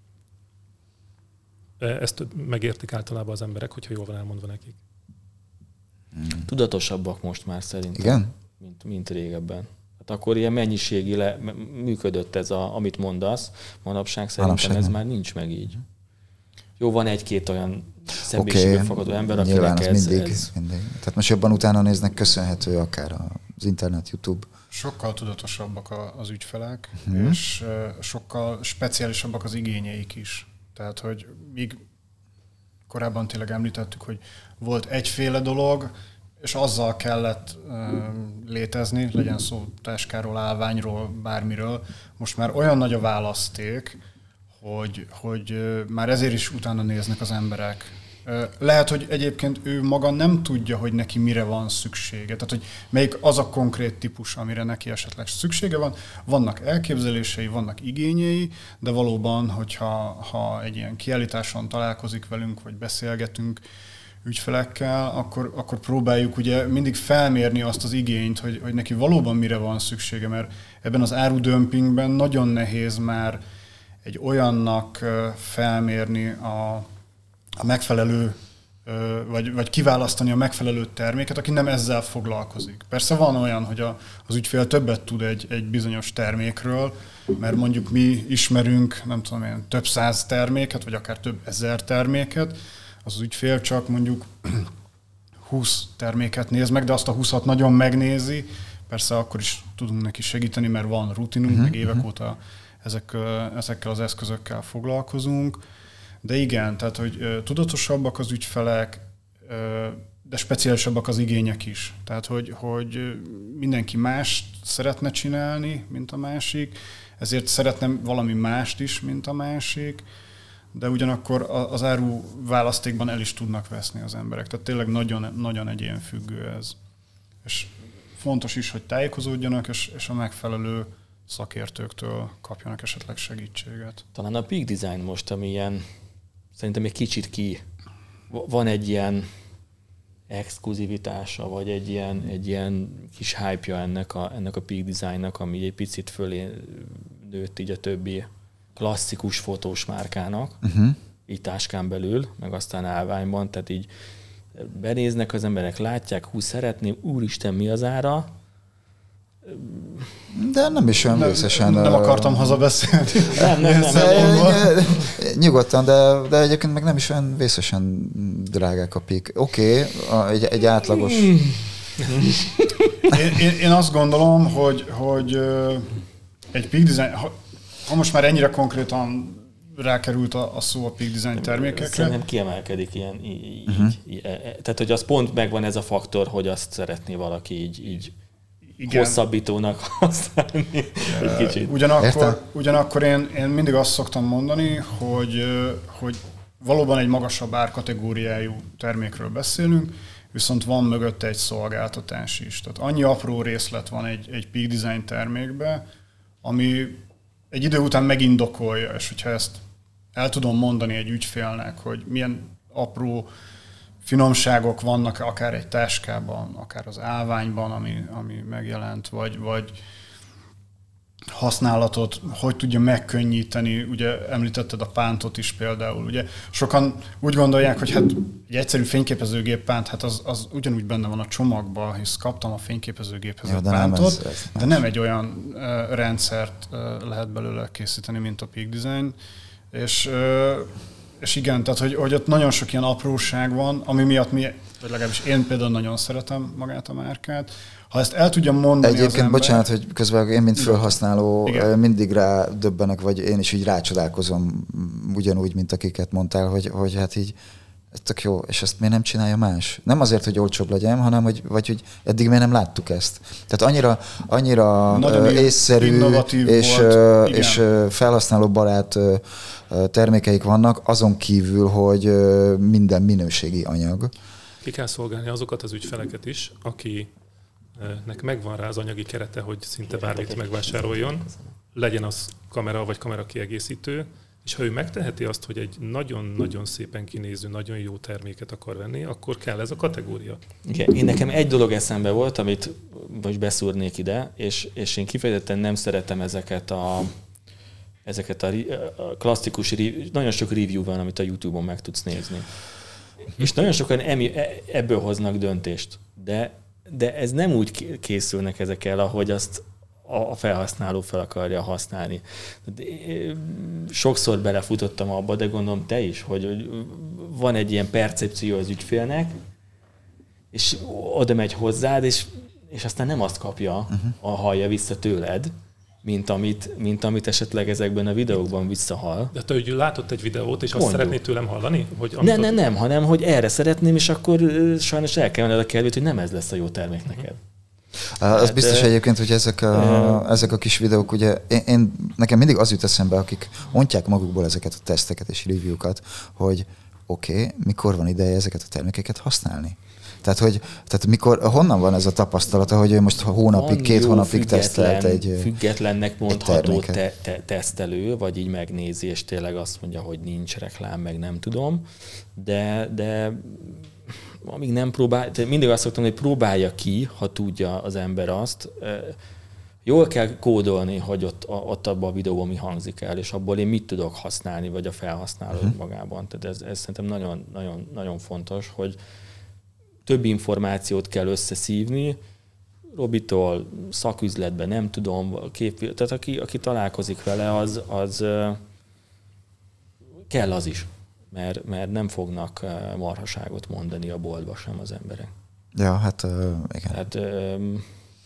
Ezt megértik általában az emberek, hogyha jól van elmondva nekik. Tudatosabbak most már szerintem, igen? Mint, mint régebben. Hát akkor ilyen mennyiségi le, működött ez, a, amit mondasz, manapság szerintem manapság ez már nincs meg így. Jó, van egy-két olyan szembészségbe okay, fogadó ember, akinek ez, mindig, ez... mindig. Tehát most jobban utána néznek, köszönhető akár az internet, YouTube. Sokkal tudatosabbak az ügyfelek, hmm. és sokkal speciálisabbak az igényeik is. Tehát, hogy míg korábban tényleg említettük, hogy volt egyféle dolog, és azzal kellett uh, létezni, legyen szó táskáról, állványról, bármiről. Most már olyan nagy a választék, hogy, hogy uh, már ezért is utána néznek az emberek. Uh, lehet, hogy egyébként ő maga nem tudja, hogy neki mire van szüksége. Tehát, hogy melyik az a konkrét típus, amire neki esetleg szüksége van. Vannak elképzelései, vannak igényei, de valóban, hogyha ha egy ilyen kiállításon találkozik velünk, vagy beszélgetünk, ügyfelekkel, akkor, akkor próbáljuk ugye mindig felmérni azt az igényt, hogy, hogy neki valóban mire van szüksége, mert ebben az árudömpingben nagyon nehéz már egy olyannak felmérni a, a megfelelő, vagy, vagy kiválasztani a megfelelő terméket, aki nem ezzel foglalkozik. Persze van olyan, hogy a, az ügyfél többet tud egy, egy bizonyos termékről, mert mondjuk mi ismerünk, nem tudom én, több száz terméket, vagy akár több ezer terméket, az ügyfél csak mondjuk húsz terméket néz meg, de azt a húszat nagyon megnézi. Persze akkor is tudunk neki segíteni, mert van rutinunk, uh-huh, meg évek uh-huh. óta ezek, ezekkel az eszközökkel foglalkozunk. De igen, tehát hogy tudatosabbak az ügyfelek, de speciálisabbak az igények is. Tehát, hogy, hogy mindenki mást szeretne csinálni, mint a másik, ezért szeretne valami mást is, mint a másik, de ugyanakkor az áru választékban el is tudnak veszni az emberek. Tehát tényleg nagyon, nagyon egyénfüggő ez. És fontos is, hogy tájékozódjanak, és, és a megfelelő szakértőktől kapjanak esetleg segítséget. Talán a Peak Design most, ami ilyen, szerintem egy kicsit ki, van egy ilyen exkluzivitása, vagy egy ilyen, egy ilyen kis hype-ja ennek a, ennek a Peak Designnak, ami egy picit fölé nőtt így a többi klasszikus fotós márkának, uh-huh. így táskán belül, meg aztán állványban, tehát így benéznek az emberek, látják, hú, szeretném, úristen, mi az ára? De nem is olyan vészesen. Nem, nem akartam hazabeszélni. Nem, nem, nem. nem Nyugodtan, de, de egyébként meg nem is olyan vészesen drágák a Peak. Oké, okay, egy, egy átlagos... én, én, én azt gondolom, hogy, hogy egy Peak Design... Ha most már ennyire konkrétan rákerült a, a szó a Peak Design termékekre. Szerintem kiemelkedik ilyen így. Uh-huh. így. Tehát, hogy az pont megvan ez a faktor, hogy azt szeretné valaki így, így igen. hosszabbítónak használni egy kicsit. Ugyanakkor, ugyanakkor én, én mindig azt szoktam mondani, hogy, hogy valóban egy magasabb árkategóriájú termékről beszélünk, viszont van mögötte egy szolgáltatás is. Tehát annyi apró részlet van egy, egy Peak Design termékben, ami egy idő után megindokolja, és hogyha ezt el tudom mondani egy ügyfélnek, hogy milyen apró finomságok vannak akár egy táskában, akár az állványban, ami, ami megjelent, vagy, vagy használatot, hogy tudja megkönnyíteni, ugye említetted a pántot is például, ugye sokan úgy gondolják, hogy hát egy egyszerű fényképezőgép pánt, hát az, az ugyanúgy benne van a csomagban, hisz kaptam a fényképezőgéphez a pántot, nem ez, ez de nem egy olyan uh, rendszert uh, lehet belőle készíteni, mint a Peak Design, és uh, és igen, tehát hogy, hogy ott nagyon sok ilyen apróság van, ami miatt mi, vagy legalábbis én például nagyon szeretem magát a márkát. Ha ezt el tudjam mondani Egyébként, az ember... bocsánat, hogy közben én, mint felhasználó, igen. mindig rá döbbenek, vagy én is így rácsodálkozom ugyanúgy, mint akiket mondtál, hogy, hogy hát így ez tök jó, és ezt miért nem csinálja más? Nem azért, hogy olcsóbb legyen, hanem hogy, vagy hogy eddig miért nem láttuk ezt. Tehát annyira, annyira nagyon észszerű és, volt. és felhasználóbarát termékeik vannak, azon kívül, hogy minden minőségi anyag. Ki kell szolgálni azokat az ügyfeleket is, akinek megvan rá az anyagi kerete, hogy szinte bármit megvásároljon, legyen az kamera vagy kamera kiegészítő, és ha ő megteheti azt, hogy egy nagyon-nagyon szépen kinéző, nagyon jó terméket akar venni, akkor kell ez a kategória. Igen, én nekem egy dolog eszembe volt, amit most beszúrnék ide, és, és én kifejezetten nem szeretem ezeket a, ezeket a, a klasszikus, nagyon sok review van, amit a YouTube-on meg tudsz nézni. És nagyon sokan emi, ebből hoznak döntést, de, de ez nem úgy készülnek ezek el, ahogy azt a felhasználó fel akarja használni. Sokszor belefutottam abba, de gondolom te is, hogy van egy ilyen percepció az ügyfélnek, és oda megy hozzád, és, és aztán nem azt kapja, uh-huh. a hallja vissza tőled, mint amit, mint amit esetleg ezekben a videókban visszahall. De te, hogy látott egy videót, és azt Mondjuk. szeretnéd tőlem hallani? Hogy nem, nem, nem, hanem hogy erre szeretném, és akkor sajnos el kell venned a kedvét, hogy nem ez lesz a jó termék uh-huh. neked. Az hát, biztos egyébként, hogy ezek a, uh, ezek a kis videók, ugye én, én, nekem mindig az jut eszembe, akik mondják magukból ezeket a teszteket és review-kat, hogy oké, okay, mikor van ideje ezeket a termékeket használni? Tehát, hogy, tehát mikor, honnan van ez a tapasztalata, hogy ő most hónapig, van két jó, hónapig tesztelt egy függetlennek mondható te, te, tesztelő, vagy így megnézi, és tényleg azt mondja, hogy nincs reklám, meg nem tudom, de, de amíg nem próbál, mindig azt szoktam, hogy próbálja ki, ha tudja az ember azt. Jól kell kódolni, hogy ott, ott abban a videóban mi hangzik el, és abból én mit tudok használni, vagy a felhasználó uh-huh. magában. Tehát ez, ez szerintem nagyon, nagyon, nagyon fontos, hogy több információt kell összeszívni, Robitól, szaküzletben, nem tudom, kép, tehát aki, aki találkozik vele, az, az kell az is. Mert, mert nem fognak marhaságot mondani a boltba sem az emberek. Ja, hát uh, igen. Tehát um,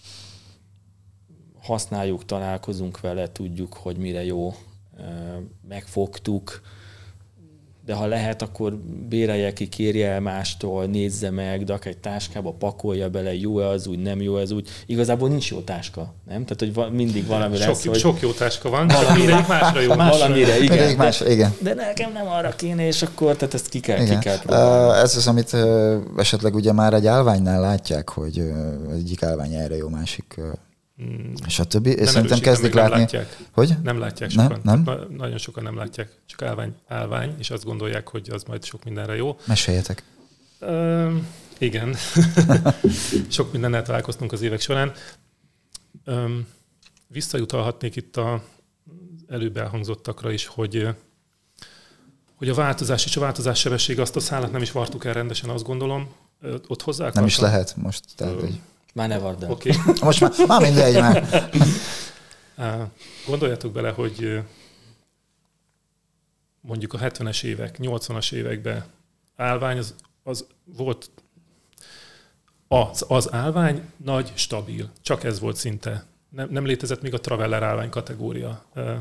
használjuk, találkozunk vele, tudjuk, hogy mire jó, uh, megfogtuk, de ha lehet, akkor bérelje ki, kérje el mástól, nézze meg, de akár egy táskába pakolja bele, jó-e az úgy, nem jó ez úgy. Igazából nincs jó táska, nem? Tehát, hogy mindig valami sok, lesz, jó, hogy... Sok jó táska van, valamire másra jó. Valamire, igen. Másra, igen. De, de nekem nem arra kéne, és akkor tehát ezt ki kell, ki kell próbálni. Ez az, amit esetleg ugye már egy állványnál látják, hogy egyik állvány erre jó, másik... Hmm. És a többi, és szerintem kezdik látni... Nem látják. Hogy? Nem látják sokan. Nem? Nem? Na, nagyon sokan nem látják, csak állvány, állvány, és azt gondolják, hogy az majd sok mindenre jó. Meséljetek. Uh, igen. Sok mindennel találkoztunk az évek során. Um, visszajutalhatnék itt az előbb elhangzottakra is, hogy, hogy a változás és a változás sebesség, azt a szállat nem is vartuk el rendesen, azt gondolom. Ott hozzá akartam. Nem is lehet most. Tehát, uh, hogy... Már ne vard el. Okay. Most már, már mindegy már. Gondoljatok bele, hogy mondjuk a hetvenes évek, nyolcvanas években állvány az, az volt, az, az állvány nagy, stabil. Csak ez volt szinte. Nem, nem létezett még a Traveller állvány kategória.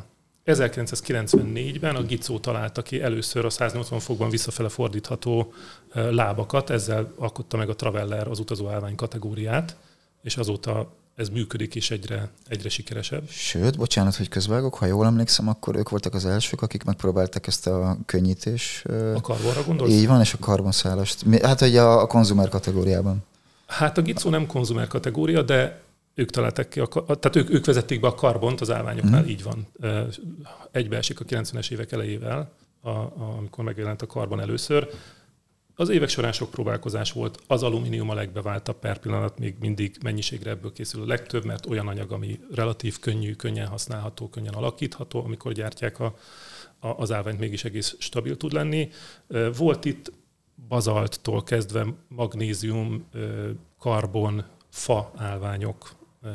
ezerkilencszázkilencvennégyben a Gizzo találta ki először a száznyolcvan fokban visszafele fordítható lábakat, ezzel alkotta meg a Traveller az utazóállvány kategóriát, és azóta ez működik és egyre, egyre sikeresebb. Sőt, bocsánat, hogy közvágok, ha jól emlékszem, akkor ők voltak az elsők, akik megpróbálták ezt a könnyítés. A karbonra gondolsz? Így van, és a karbonszálast. Hát, hogy a, a konzumer kategóriában. Hát a Gizzo nem konzumer kategória, de ők találták ki, a, tehát ők, ők vezették be a karbont az állványoknál, mm. így van. Egybeesik a kilencvenes évek elejével, a, a, amikor megjelent a karbon először. Az évek során sok próbálkozás volt. Az alumínium a legbeváltabb, per pillanat még mindig mennyiségre ebből készül a legtöbb, mert olyan anyag, ami relatív könnyű, könnyen használható, könnyen alakítható, amikor gyártják a, a, az állványt, mégis egész stabil tud lenni. Volt itt bazalttól kezdve magnézium, karbon, fa állványok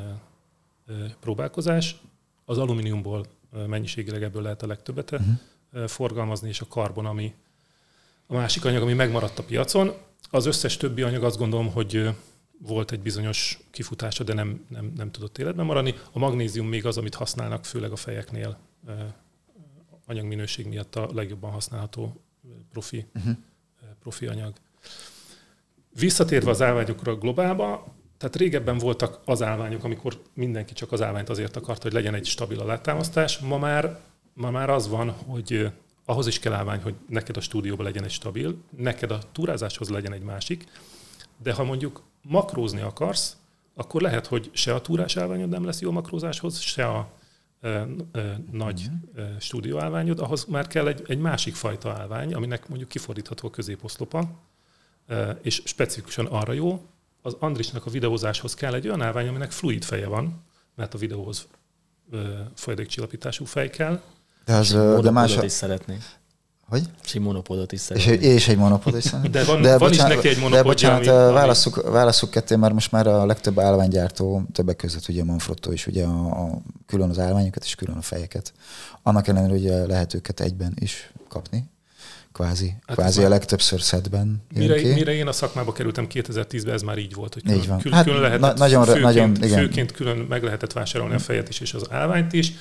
próbálkozás. Az alumíniumból mennyiségileg ebből lehet a legtöbbet uh-huh. forgalmazni, és a karbon, ami a másik anyag, ami megmaradt a piacon. Az összes többi anyag azt gondolom, hogy volt egy bizonyos kifutása, de nem, nem, nem tudott életben maradni. A magnézium még az, amit használnak, főleg a fejeknél anyagminőség miatt a legjobban használható profi, uh-huh. profi anyag. Visszatérve az állványokra globálba, tehát régebben voltak az állványok, amikor mindenki csak az állványt azért akart, hogy legyen egy stabil alátámasztás. Ma már, ma már az van, hogy ahhoz is kell állvány, hogy neked a stúdióban legyen egy stabil, neked a túrázáshoz legyen egy másik, de ha mondjuk makrózni akarsz, akkor lehet, hogy se a túrás állványod nem lesz jó makrózáshoz, se a e, e, nagy e, stúdióállványod, ahhoz már kell egy, egy másik fajta állvány, aminek mondjuk kifordítható a középoszlopa, e, és specifikusan arra jó. Az Andrisnak a videózáshoz kell egy olyan állvány, aminek fluid feje van, mert a videóhoz e, folyadékcsillapítású fej kell. De, az, de más is szeretnék. Hogy? És egy monopodot is szeretnék. És, és egy monopod is szeretnék. De van, de van bocsánat, is neki egy monopodja. De bocsánat, ami, válasszuk, válasszuk ketté, mert most már a legtöbb állványgyártó, többek között ugye a Manfrotto is, ugye a, a, külön az állványokat és külön a fejeket. Annak ellenére ugye lehet őket egyben is kapni. Kvázi, hát kvázi a legtöbbször szedben. Mire, mire én a szakmába kerültem kétezer-tízben, ez már így volt, hogy külön, külön, hát külön lehetett, na, nagyon, főként, nagyon, igen. főként külön meg lehetett vásárolni a fejet is és az állványt is.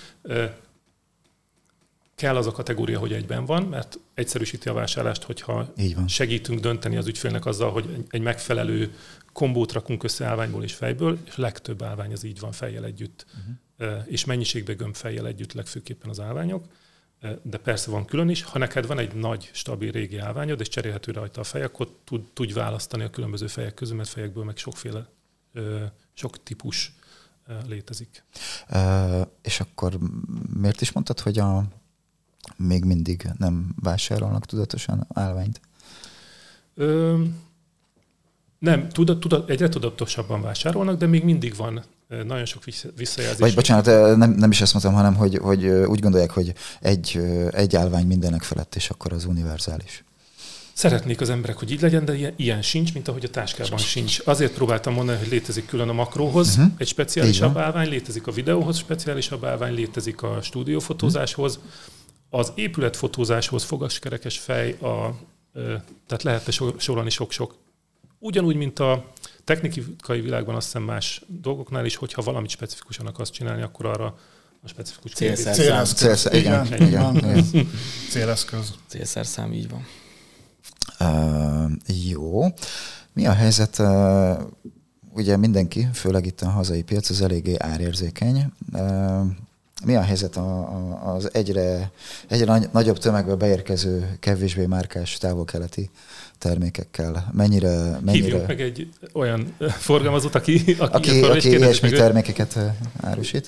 Kell az a kategória, hogy egyben van, mert egyszerűsíti a vásárlást, hogyha segítünk dönteni az ügyfélnek azzal, hogy egy megfelelő kombót rakunk össze állványból és fejből, és legtöbb állvány az így van fejjel együtt, uh-huh. és mennyiségbe gömb fejjel együtt legfőképpen az állványok. De persze van külön is. Ha neked van egy nagy, stabil régi állványod, és cserélhető rajta a fej, akkor tud, tudj választani a különböző fejek közül, mert fejekből meg sokféle, sok típus létezik. Uh, és akkor miért is mondtad, hogy a még mindig nem vásárolnak tudatosan állványt? Ö, nem, tudat, tudat, egyre tudatosabban vásárolnak, de még mindig van nagyon sok visszajelzés. Vagy bocsánat, nem, nem is ezt mondtam, hanem hogy, hogy úgy gondolják, hogy egy, egy állvány mindenek felett, és akkor az univerzális. Szeretnék az emberek, hogy így legyen, de ilyen, ilyen sincs, mint ahogy a táskában sincs. Azért próbáltam mondani, hogy létezik külön a makróhoz uh-huh. egy speciálisabb állvány, létezik a videóhoz speciálisabb állvány, létezik a stúdiófotózáshoz. Az épületfotózáshoz fogaskerekes fej, a, tehát lehetne sorolni sok-sok. Ugyanúgy, mint a technikai világban azt hiszem más dolgoknál is, hogyha valamit specifikusan akarsz csinálni, akkor arra a specifikus célszerszám. Célszerszám, igen. igen, igen, igen. igen. Céleszköz. Célszerszám, így van. Uh, jó. Mi a helyzet? Uh, ugye mindenki, főleg itt a hazai piac, az eléggé árérzékeny. Uh, Mi a helyzet az egyre, egyre nagyobb tömegbe beérkező, kevésbé márkás távol-keleti termékekkel? Mennyire, mennyire... Hívjuk meg egy olyan forgalmazót, aki, aki, aki, aki ilyesmi termékeket árusít.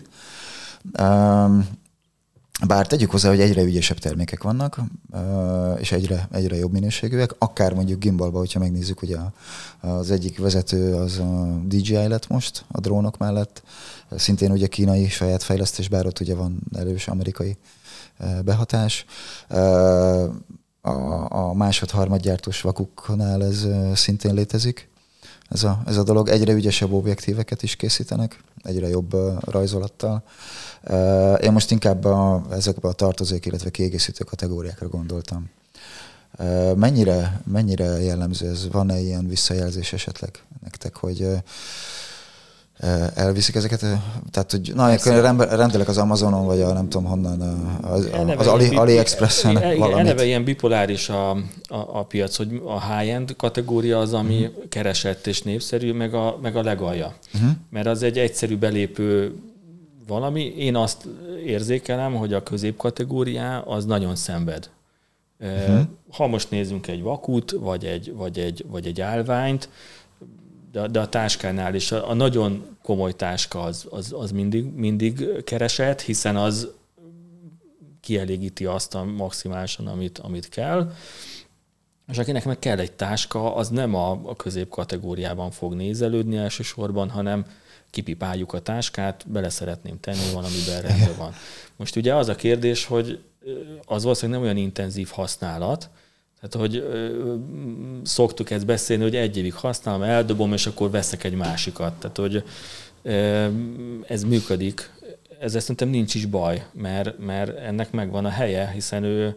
Bár tegyük hozzá, hogy egyre ügyesebb termékek vannak, és egyre, egyre jobb minőségűek. Akár mondjuk gimbalba, hogyha megnézzük, ugye az egyik vezető az a dé jé i lett most a drónok mellett. Szintén ugye kínai saját fejlesztés, bár ott ugye van erős amerikai behatás. A, a másod-harmadgyártós vakuknál ez szintén létezik. Ez a, ez a dolog. Egyre ügyesebb objektíveket is készítenek, egyre jobb rajzolattal. Én most inkább a, ezekbe a tartozék, illetve kiegészítő kategóriákra gondoltam. Mennyire, mennyire jellemző ez? Van-e ilyen visszajelzés esetleg nektek, hogy elviszik ezeket, tehát hogy na, akkor rendelek az Amazonon, vagy a nem tudom honnan, az, az Ali, AliExpressen valamit. Eleve ilyen bipoláris a, a, a piac, hogy a high-end kategória az, ami uh-huh. keresett és népszerű, meg a, meg a legalja. Uh-huh. Mert az egy egyszerű belépő valami. Én azt érzékelem, hogy a középkategóriá az nagyon szenved. Uh-huh. Ha most nézzünk egy vakut, vagy egy, vagy egy, vagy egy állványt, de, de a táskánál is a, a nagyon komoly táska az, az, az mindig, mindig keresett, hiszen az kielégíti azt a maximálisan, amit, amit kell. És akinek meg kell egy táska, az nem a, a középkategóriában fog nézelődni elsősorban, hanem kipipáljuk a táskát, bele szeretném tenni valamiben rendben van. Most ugye az a kérdés, hogy az valószínűleg nem olyan intenzív használat, tehát hogy ö, szoktuk ezt beszélni, hogy egy évig használom, eldobom, és akkor veszek egy másikat. Tehát, hogy ö, ez működik. Ezzel szerintem nincs is baj, mert, mert ennek megvan a helye, hiszen ő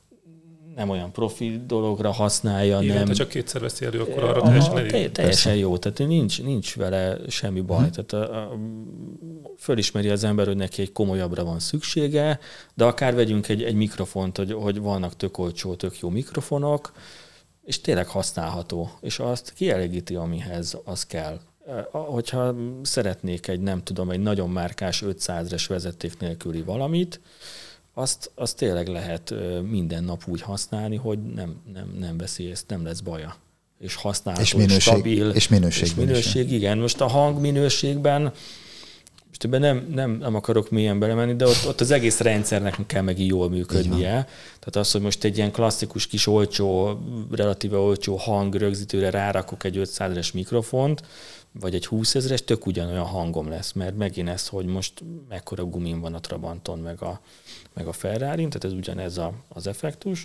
nem olyan profi dologra használja. Igen, nem... ha csak kétszer veszi elő, akkor arra teljesen elég. Teljesen jó, tehát nincs, nincs vele semmi baj. Hmm. Tehát a, a, fölismeri az ember, hogy neki egy komolyabbra van szüksége, de akár vegyünk egy, egy mikrofont, hogy, hogy vannak tök olcsó, tök jó mikrofonok, és tényleg használható, és azt kielégíti, amihez az kell. Hogyha szeretnék egy, nem tudom, egy nagyon márkás ötszázas vezeték nélküli valamit, azt, azt tényleg lehet minden nap úgy használni, hogy nem, nem, nem veszi ezt, nem lesz baja. És használható, és minőség, stabil. És minőség. És minőség, igen. Most a hangminőségben, most ebben nem, nem, nem akarok mélyen belemenni, de ott, ott az egész rendszernek kell meg jól működnie. Tehát az, hogy most egy ilyen klasszikus kis olcsó, relatíve olcsó hangrögzítőre rárakok egy ötszázas mikrofont, vagy egy húszezres, tök ugyanolyan hangom lesz, mert megint ez, hogy most mekkora gumin van a Trabanton, meg a, meg a Ferrarin, tehát ez ugyanez a, az effektus.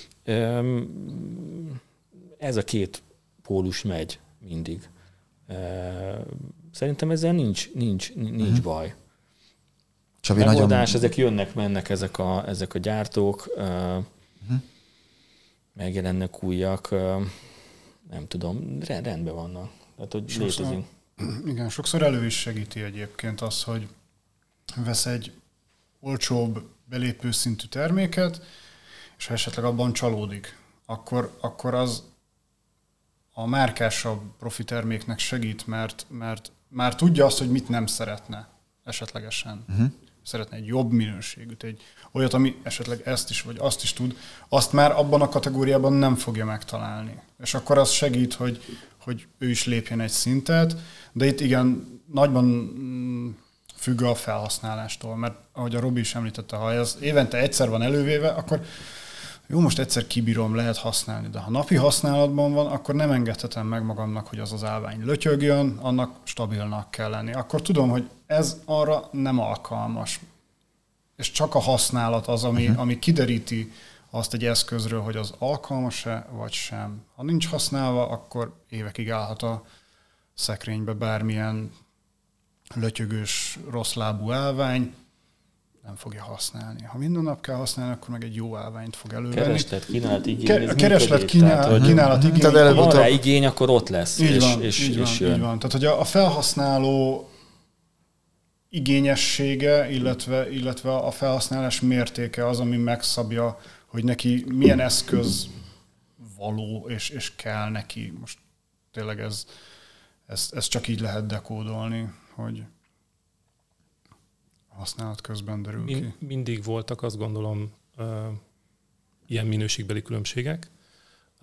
Ez a két pólus megy mindig. Szerintem ezzel nincs, nincs, nincs uh-huh. baj. Csabi, megoldás, nagyon... ezek jönnek, mennek ezek a, ezek a gyártók, uh-huh. megjelennek újak, nem tudom, rendben vannak. Tehát, hogy sokszor, létezünk. Igen, sokszor elő is segíti egyébként az, hogy vesz egy olcsóbb belépő szintű terméket, és ha esetleg abban csalódik, akkor, akkor az a márkásabb profi terméknek segít, mert, mert már tudja azt, hogy mit nem szeretne esetlegesen. Uh-huh. Szeretne egy jobb minőségűt, egy olyat, ami esetleg ezt is, vagy azt is tud, azt már abban a kategóriában nem fogja megtalálni. És akkor az segít, hogy, hogy ő is lépjen egy szintet, de itt igen, nagyban függ a felhasználástól, mert ahogy a Robi is említette, ha ez évente egyszer van elővéve, akkor jó, most egyszer kibírom, lehet használni, de ha napi használatban van, akkor nem engedhetem meg magamnak, hogy az az állvány lötyögjön, annak stabilnak kell lenni. Akkor tudom, hogy ez arra nem alkalmas. És csak a használat az, ami, uh-huh. ami kideríti azt egy eszközről, hogy az alkalmas-e, vagy sem. Ha nincs használva, akkor évekig állhat a szekrénybe bármilyen lötyögős, rosszlábú állvány, nem fogja használni. Ha minden nap kell használni, akkor meg egy jó állványt fog elővenni. Kereslet, kínálat, igény. A kereslet, kínál, kínálat, igény. Ha van rá igény, akkor ott lesz. Így és, van, és, így, és van így van. Tehát, hogy a felhasználó igényessége, illetve, illetve a felhasználás mértéke az, ami megszabja, hogy neki milyen eszköz való, és, és kell neki. Most tényleg ez, ez, ez csak így lehet dekódolni, hogy használat közben derül ki. Min, mindig voltak, azt gondolom, uh, ilyen minőségbeli különbségek, uh,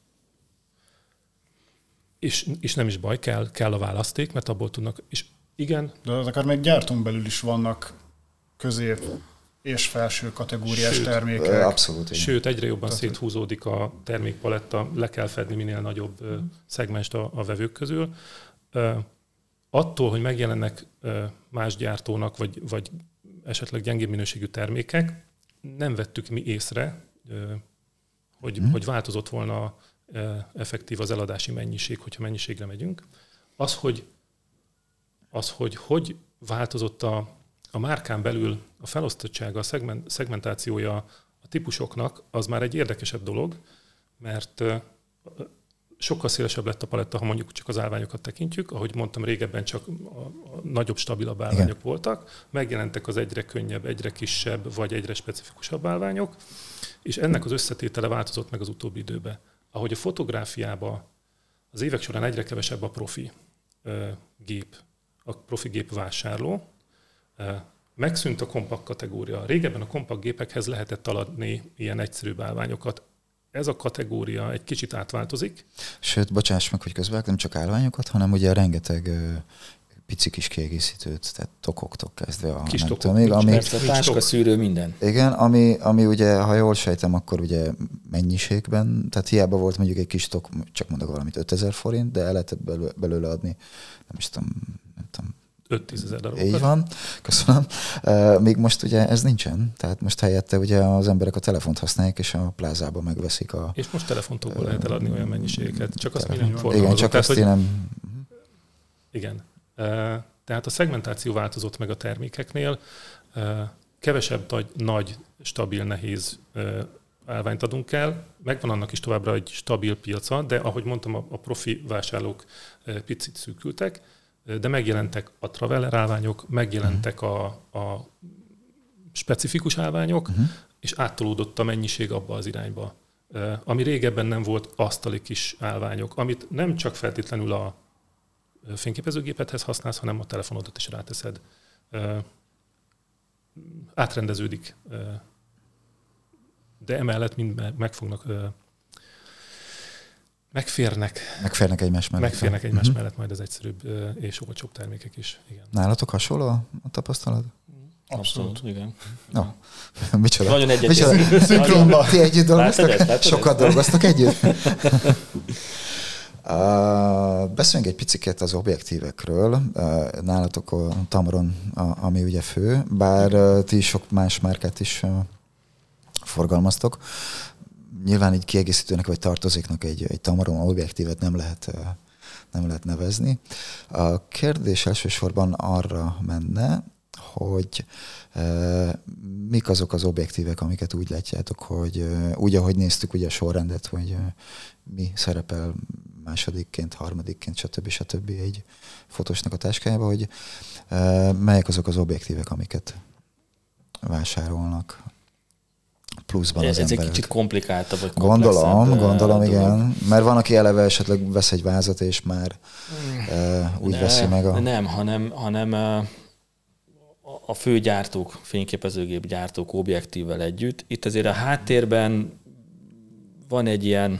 és, és nem is baj, kell, kell a választék, mert abból tudnak, és igen. De az akár még gyártón belül is vannak közép és felső kategóriás Sőt, termékek. Abszolút. Igen. Sőt, egyre jobban Tehát, széthúzódik a termékpaletta, le kell fedni minél nagyobb uh, szegmest a, a vevők közül. Uh, Attól, hogy megjelennek más gyártónak, vagy, vagy esetleg gyengébb minőségű termékek, nem vettük mi észre, hogy, hmm. hogy változott volna effektív az eladási mennyiség, hogyha mennyiségre megyünk. Az, hogy az, hogy, hogy változott a, a márkán belül a felosztottsága, a szegment, szegmentációja a típusoknak, az már egy érdekesebb dolog, mert sokkal szélesebb lett a paletta, ha mondjuk csak az állványokat tekintjük. Ahogy mondtam, régebben csak a, a nagyobb, stabilabb állványok Igen. voltak. Megjelentek az egyre könnyebb, egyre kisebb, vagy egyre specifikusabb állványok, és ennek az összetétele változott meg az utóbbi időben. Ahogy a fotográfiában az évek során egyre kevesebb a profi ö, gép, a profi gép vásárló, ö, megszűnt a kompakt kategória. Régebben a kompakt gépekhez lehetett adni ilyen egyszerűbb állványokat. Ez a kategória egy kicsit átváltozik. Sőt, bocsáss meg, hogy közben nem csak állványokat, hanem ugye rengeteg ö, pici kis kiegészítőt, tehát tokoktól kezdve a kis nem tokok, tudom, még, ami, persze, táska, szűrő, minden. Igen, ami, ami ugye, ha jól sejtem, akkor ugye mennyiségben, tehát hiába volt mondjuk egy kis tok, csak mondok valamit, ötezer forint, de el lehetett belőle, belőle adni, nem is tudom, nem tudom, öt-tízezer darabokat. Így van, köszönöm. Uh, még most ugye ez nincsen, tehát most helyette ugye az emberek a telefont használják, és a plázában megveszik a... És most telefontokból lehet eladni olyan mennyiségeket, csak azt mi nem forgalmazunk. Igen, csak tehát, azt én nem... Igen. Uh, tehát a szegmentáció változott meg a termékeknél. Uh, kevesebb nagy, nagy, stabil, nehéz uh, állványt adunk el. Megvan annak is továbbra egy stabil piaca, de ahogy mondtam, a, a profi vásárlók uh, picit szűkültek, de megjelentek a traveler állványok, megjelentek a, a specifikus állványok, uh-huh. és áttolódott a mennyiség abba az irányba. Uh, ami régebben nem volt, asztali kis állványok, amit nem csak feltétlenül a fényképezőgépedhez használsz, hanem a telefonodat is ráteszed. Uh, átrendeződik, uh, de emellett mind meg fognak... Uh, Megférnek. Megférnek egymás mellett. Megférnek egymás uh-huh. mellett majd az egyszerűbb és olcsóbb termékek is. Igen. Nálatok hasonló a tapasztalat? Abszolút, igen. No. Micsoda? Nagyon egyetértünk. Szinkronban. Ti együtt dolgoztok? Sokat dolgoztok együtt? Uh, beszéljünk egy picit az objektívekről. Uh, nálatok a Tamron, a, ami ugye fő, bár uh, ti sok más márkát is uh, forgalmaztok. Nyilván egy kiegészítőnek vagy tartozéknak egy, egy Tamron objektívet nem lehet, uh, nem lehet nevezni. A kérdés elsősorban arra menne, hogy uh, mik azok az objektívek, amiket úgy látjátok, hogy uh, úgy, ahogy néztük ugye a sorrendet, hogy uh, mi szerepel másodikként, harmadikként, stb. stb. Egy fotósnak a táskájába, hogy uh, melyek azok az objektívek, amiket vásárolnak pluszban az Ez emberek. egy kicsit komplikáltabb, vagy Gondolom, gondolom, igen. Mert van, aki eleve esetleg vesz egy vázat, és már uh, úgy ne, veszi meg a... Nem, hanem, hanem uh, a főgyártók, fényképezőgép gyártók objektívvel együtt. Itt azért a háttérben van egy ilyen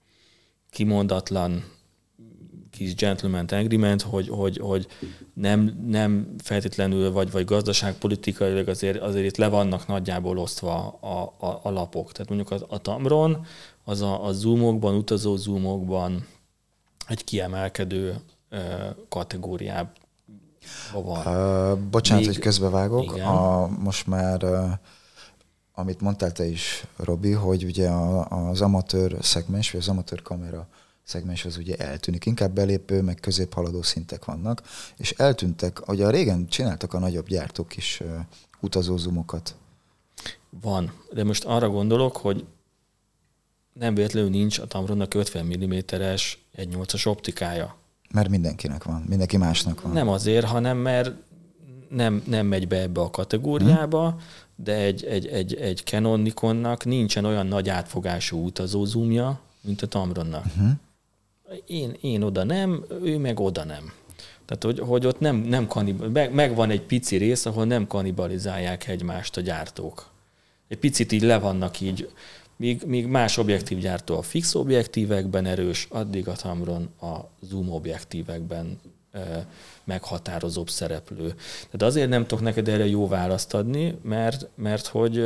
kimondatlan kis gentleman agreement, hogy, hogy, hogy nem, nem feltétlenül, vagy, vagy gazdaságpolitikailag azért, azért itt le vannak nagyjából osztva a, a, a lapok. Tehát mondjuk a, a Tamron az a, a zoomokban, utazó zoomokban egy kiemelkedő uh, kategóriában van. Uh, bocsánat, Még, hogy közbevágok. A, most már, uh, amit mondtál te is, Robi, hogy ugye a, az amatőr szegmens, vagy az amatőr kamera szegmens az ugye eltűnik. Inkább belépő, meg középhaladó szintek vannak, és eltűntek, ugye a régen csináltak a nagyobb gyártók is uh, utazózoomokat. Van, de most arra gondolok, hogy nem véletlenül nincs a Tamronnak ötven milliméteres egy nyolcas optikája. Mert mindenkinek van, mindenki másnak van. Nem azért, hanem mert nem, nem megy be ebbe a kategóriába, hmm. de egy, egy, egy, egy Canon Nikonnak nincsen olyan nagy átfogású utazózoomja, mint a Tamronnak. Hmm. Én, én oda nem, ő meg oda nem. Tehát, hogy, hogy ott nem, nem kanibal, meg, megvan egy pici rész, ahol nem kanibalizálják egymást a gyártók. Egy picit így le vannak így, míg, míg más objektívgyártó a fix objektívekben erős, addig a Tamron a zoom objektívekben e, meghatározóbb szereplő. Tehát azért nem tudok neked erre jó választ adni, mert, mert hogy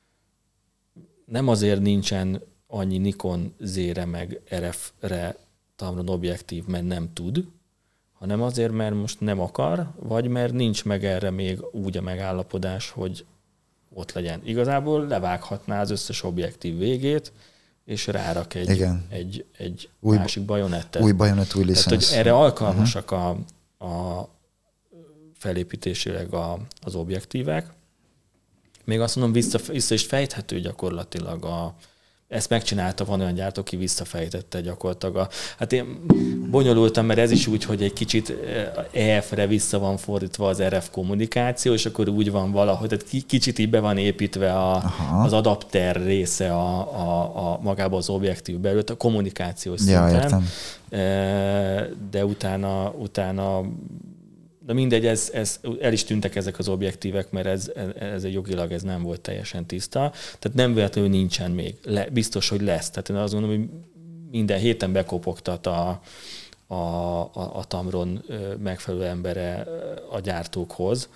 nem azért nincsen annyi Nikon Z-re meg er ef-re Tamron objektív, mert nem tud, hanem azért, mert most nem akar, vagy mert nincs meg erre még úgy a megállapodás, hogy ott legyen. Igazából levághatná az összes objektív végét, és rárak egy, egy, egy új, másik bajonettet. Új bajonett, új licensz. Tehát, hogy erre alkalmasak uh-huh. a, a felépítésileg a, az objektívek. Még azt mondom, vissza, vissza is fejthető gyakorlatilag a ezt megcsinálta, van olyan gyártó, aki visszafejtette gyakorlatilag. A, hát én bonyolultam, mert ez is úgy, hogy egy kicsit E F-re vissza van fordítva az er ef kommunikáció, és akkor úgy van valahogy, tehát kicsit így be van építve a, az adapter része a, a, a magába az objektív belőtt, a kommunikációs szinten. Ja, értem. De utána, utána de mindegy, ez, ez, el is tűntek ezek az objektívek, mert ez, ez egy jogilag ez nem volt teljesen tiszta. Tehát nem véletlenül nincsen még. Le, biztos, hogy lesz. Tehát én azt gondolom, hogy minden héten bekopogtat a, a, a, a Tamron megfelelő embere a gyártókhoz.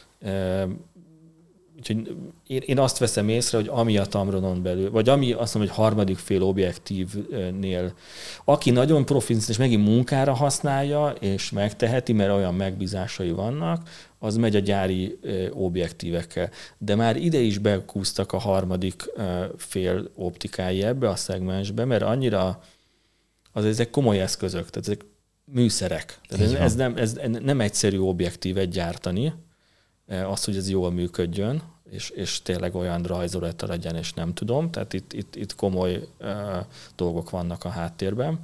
Úgyhogy én, én azt veszem észre, hogy ami a Tamronon belül, vagy ami azt mondom, hogy harmadik fél objektívnél, aki nagyon profin, és megint munkára használja, és megteheti, mert olyan megbízásai vannak, az megy a gyári objektívekkel. De már ide is bekúztak a harmadik fél optikái ebbe a szegmensbe, mert annyira az ezek komoly eszközök, tehát ezek műszerek. Tehát ez, ez, nem, ez nem egyszerű objektívet gyártani, az, hogy ez jól működjön, és, és tényleg olyan rajzolata legyen, és nem tudom. Tehát itt, itt, itt komoly uh, dolgok vannak a háttérben.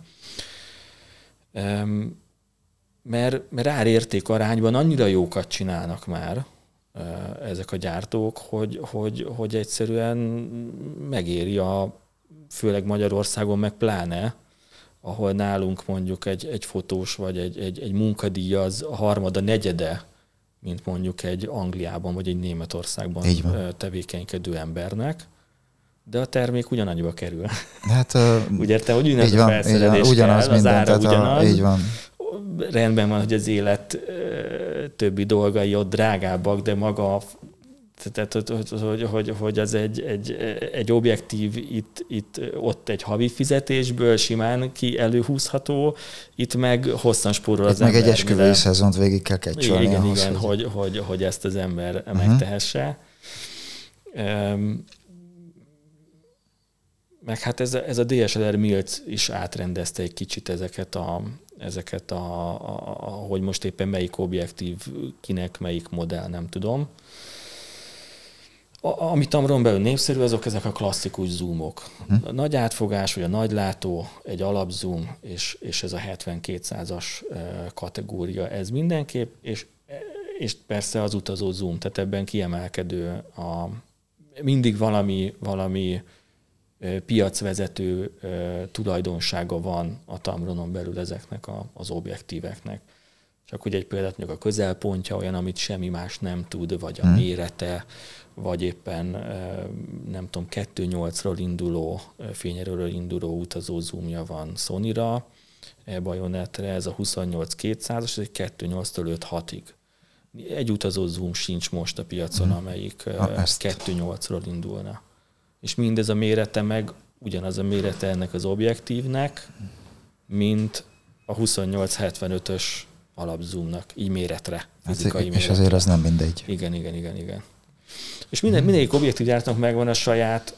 Um, mert, mert árérték arányban annyira jókat csinálnak már uh, ezek a gyártók, hogy, hogy, hogy egyszerűen megéri a, főleg Magyarországon meg pláne, ahol nálunk mondjuk egy, egy fotós vagy egy, egy, egy munkadíj az a harmada, negyede, mint mondjuk egy Angliában vagy egy Németországban tevékenykedő embernek, de a termék ugyanannyiba kerül. Hát, úgy értem, hogy ugyanaz a felszerelés ugyanaz kell, minden, az ára ugyanaz. A, így van. Rendben van, hogy az élet többi dolgai ott drágábbak, de maga, tehát, hogy, hogy, hogy az egy, egy, egy objektív itt, itt, ott egy havi fizetésből simán ki előhúzható, itt meg hosszan spórol az itt ember. Meg egy esküvői szezont végig kell kecsolni. Igen, ahhoz, igen, hogy, hogy, hogy, hogy ezt az ember uh-huh. megtehesse. Um, meg hát ez a, ez a dé es el er Milc is átrendezte egy kicsit ezeket a, ezeket a, a, a, hogy most éppen melyik objektív, kinek melyik modell, nem tudom. A, ami Tamron belül népszerű, azok ezek a klasszikus zoomok. Hm. A nagy átfogás, vagy a nagy látó, egy alapzoom, és, és ez a hetven-kétszázas kategória, ez mindenképp, és, és persze az utazó zoom, tehát ebben kiemelkedő a, mindig valami, valami piacvezető tulajdonsága van a Tamronon belül ezeknek a, az objektíveknek. Csak hogy egy példát mondjuk a közelpontja olyan, amit semmi más nem tud, vagy a hmm. mérete, vagy éppen nem tudom, kettő nyolcról induló, fényerőről induló utazó zoomja van Sonyra, Bajonetre, ez a huszonnyolc kétszázas, ez egy kettő nyolctól öt hatig. Egy utazó zoom sincs most a piacon, hmm. amelyik kettő nyolcról indulna. És mindez a mérete meg ugyanaz a mérete ennek az objektívnek, mint a huszonnyolc hetvenötös alapzoomnak, így méretre, fizikai hát, méretre. És azért az nem mindegy. Igen, igen, igen, igen. És minden, mindegyik objektív gyártónak megvan a saját,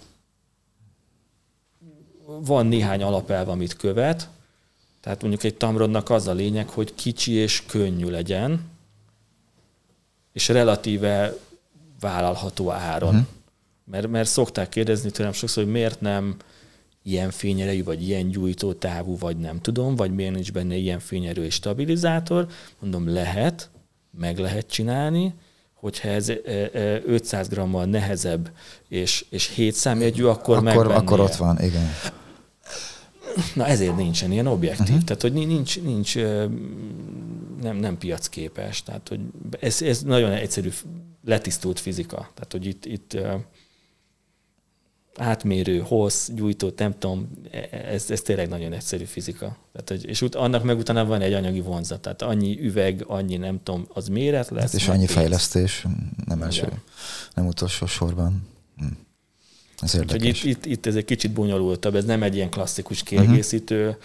van néhány alapelv, amit követ, tehát mondjuk egy Tamronnak az a lényeg, hogy kicsi és könnyű legyen, és relatíve vállalható áron. Uh-huh. Mert, mert szokták kérdezni tőlem sokszor, hogy miért nem ilyen fényerejű, vagy ilyen gyújtótávú, vagy nem tudom, vagy miért nincs benne ilyen fényerő és stabilizátor. Mondom, lehet, meg lehet csinálni, hogyha ez ötszáz grammal nehezebb és, és hét számjegyű, akkor, akkor megvennie. Akkor ott van, igen. Na ezért nincsen ilyen objektív. Uh-huh. Tehát, hogy nincs, nincs nem, nem piacképes. Tehát, hogy ez, ez nagyon egyszerű, letisztult fizika. Tehát, hogy itt, itt átmérő, hossz, gyújtó, nem tudom, ez, ez tényleg nagyon egyszerű fizika. Tehát, hogy, és ut- annak meg utána van egy anyagi vonzat. Tehát annyi üveg, annyi nem tudom, az méret lesz. Hát és annyi pénz. Fejlesztés, nem első, igen. nem utolsó sorban. Hm. Ez érdekes. Itt, itt, itt ez egy kicsit bonyolultabb, ez nem egy ilyen klasszikus kiegészítő, uh-huh.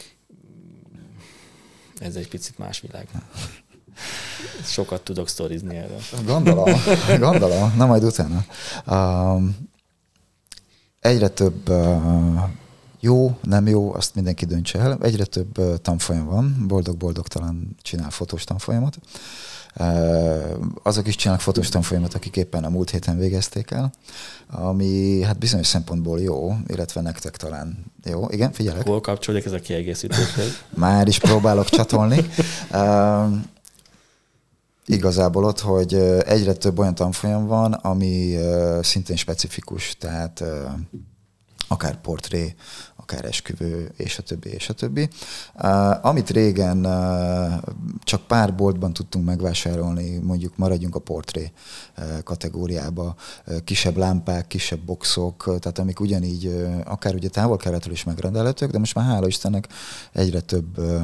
ez egy picit más világ. Sokat tudok sztorizni erről. Gondolom, gondolom, na majd utána. Um, egyre több uh, Jó, nem jó, azt mindenki döntse el. Egyre több tanfolyam van, boldog-boldogtalan csinál fotós tanfolyamot. Azok is csinálnak fotós tanfolyamat, akik éppen a múlt héten végezték el, ami hát bizonyos szempontból jó, illetve nektek talán jó. Igen, figyelek. Hol kapcsolódik ez a kiegészítéshez? Már is próbálok csatolni. Uh, igazából ott, hogy egyre több olyan tanfolyam van, ami uh, szintén specifikus, tehát uh, akár portré, akár esküvő, és a többi, és a többi. Uh, amit régen uh, csak pár boltban tudtunk megvásárolni, mondjuk maradjunk a portré uh, kategóriába, uh, kisebb lámpák, kisebb boxok, uh, tehát amik ugyanígy, uh, akár ugye távol-keletről is megrendelhetők, de most már hála Istennek egyre több uh,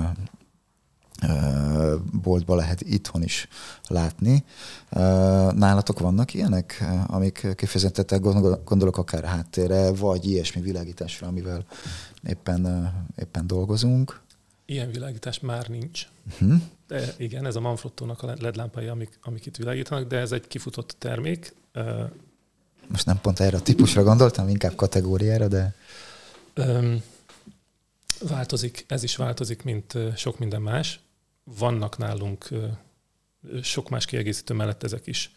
boltba lehet itthon is látni. Nálatok vannak ilyenek, amik kifejezetten gondolok akár háttérre, vagy ilyesmi világításra, amivel éppen, éppen dolgozunk? Ilyen világítás már nincs. Uh-huh. De igen, ez a Manfrottónak a el é dé lámpái, amik, amik itt világítanak, de ez egy kifutott termék. Most nem pont erre a típusra gondoltam, inkább kategóriára, de... Um, változik, ez is változik, mint sok minden más. Vannak nálunk sok más kiegészítő mellett ezek is.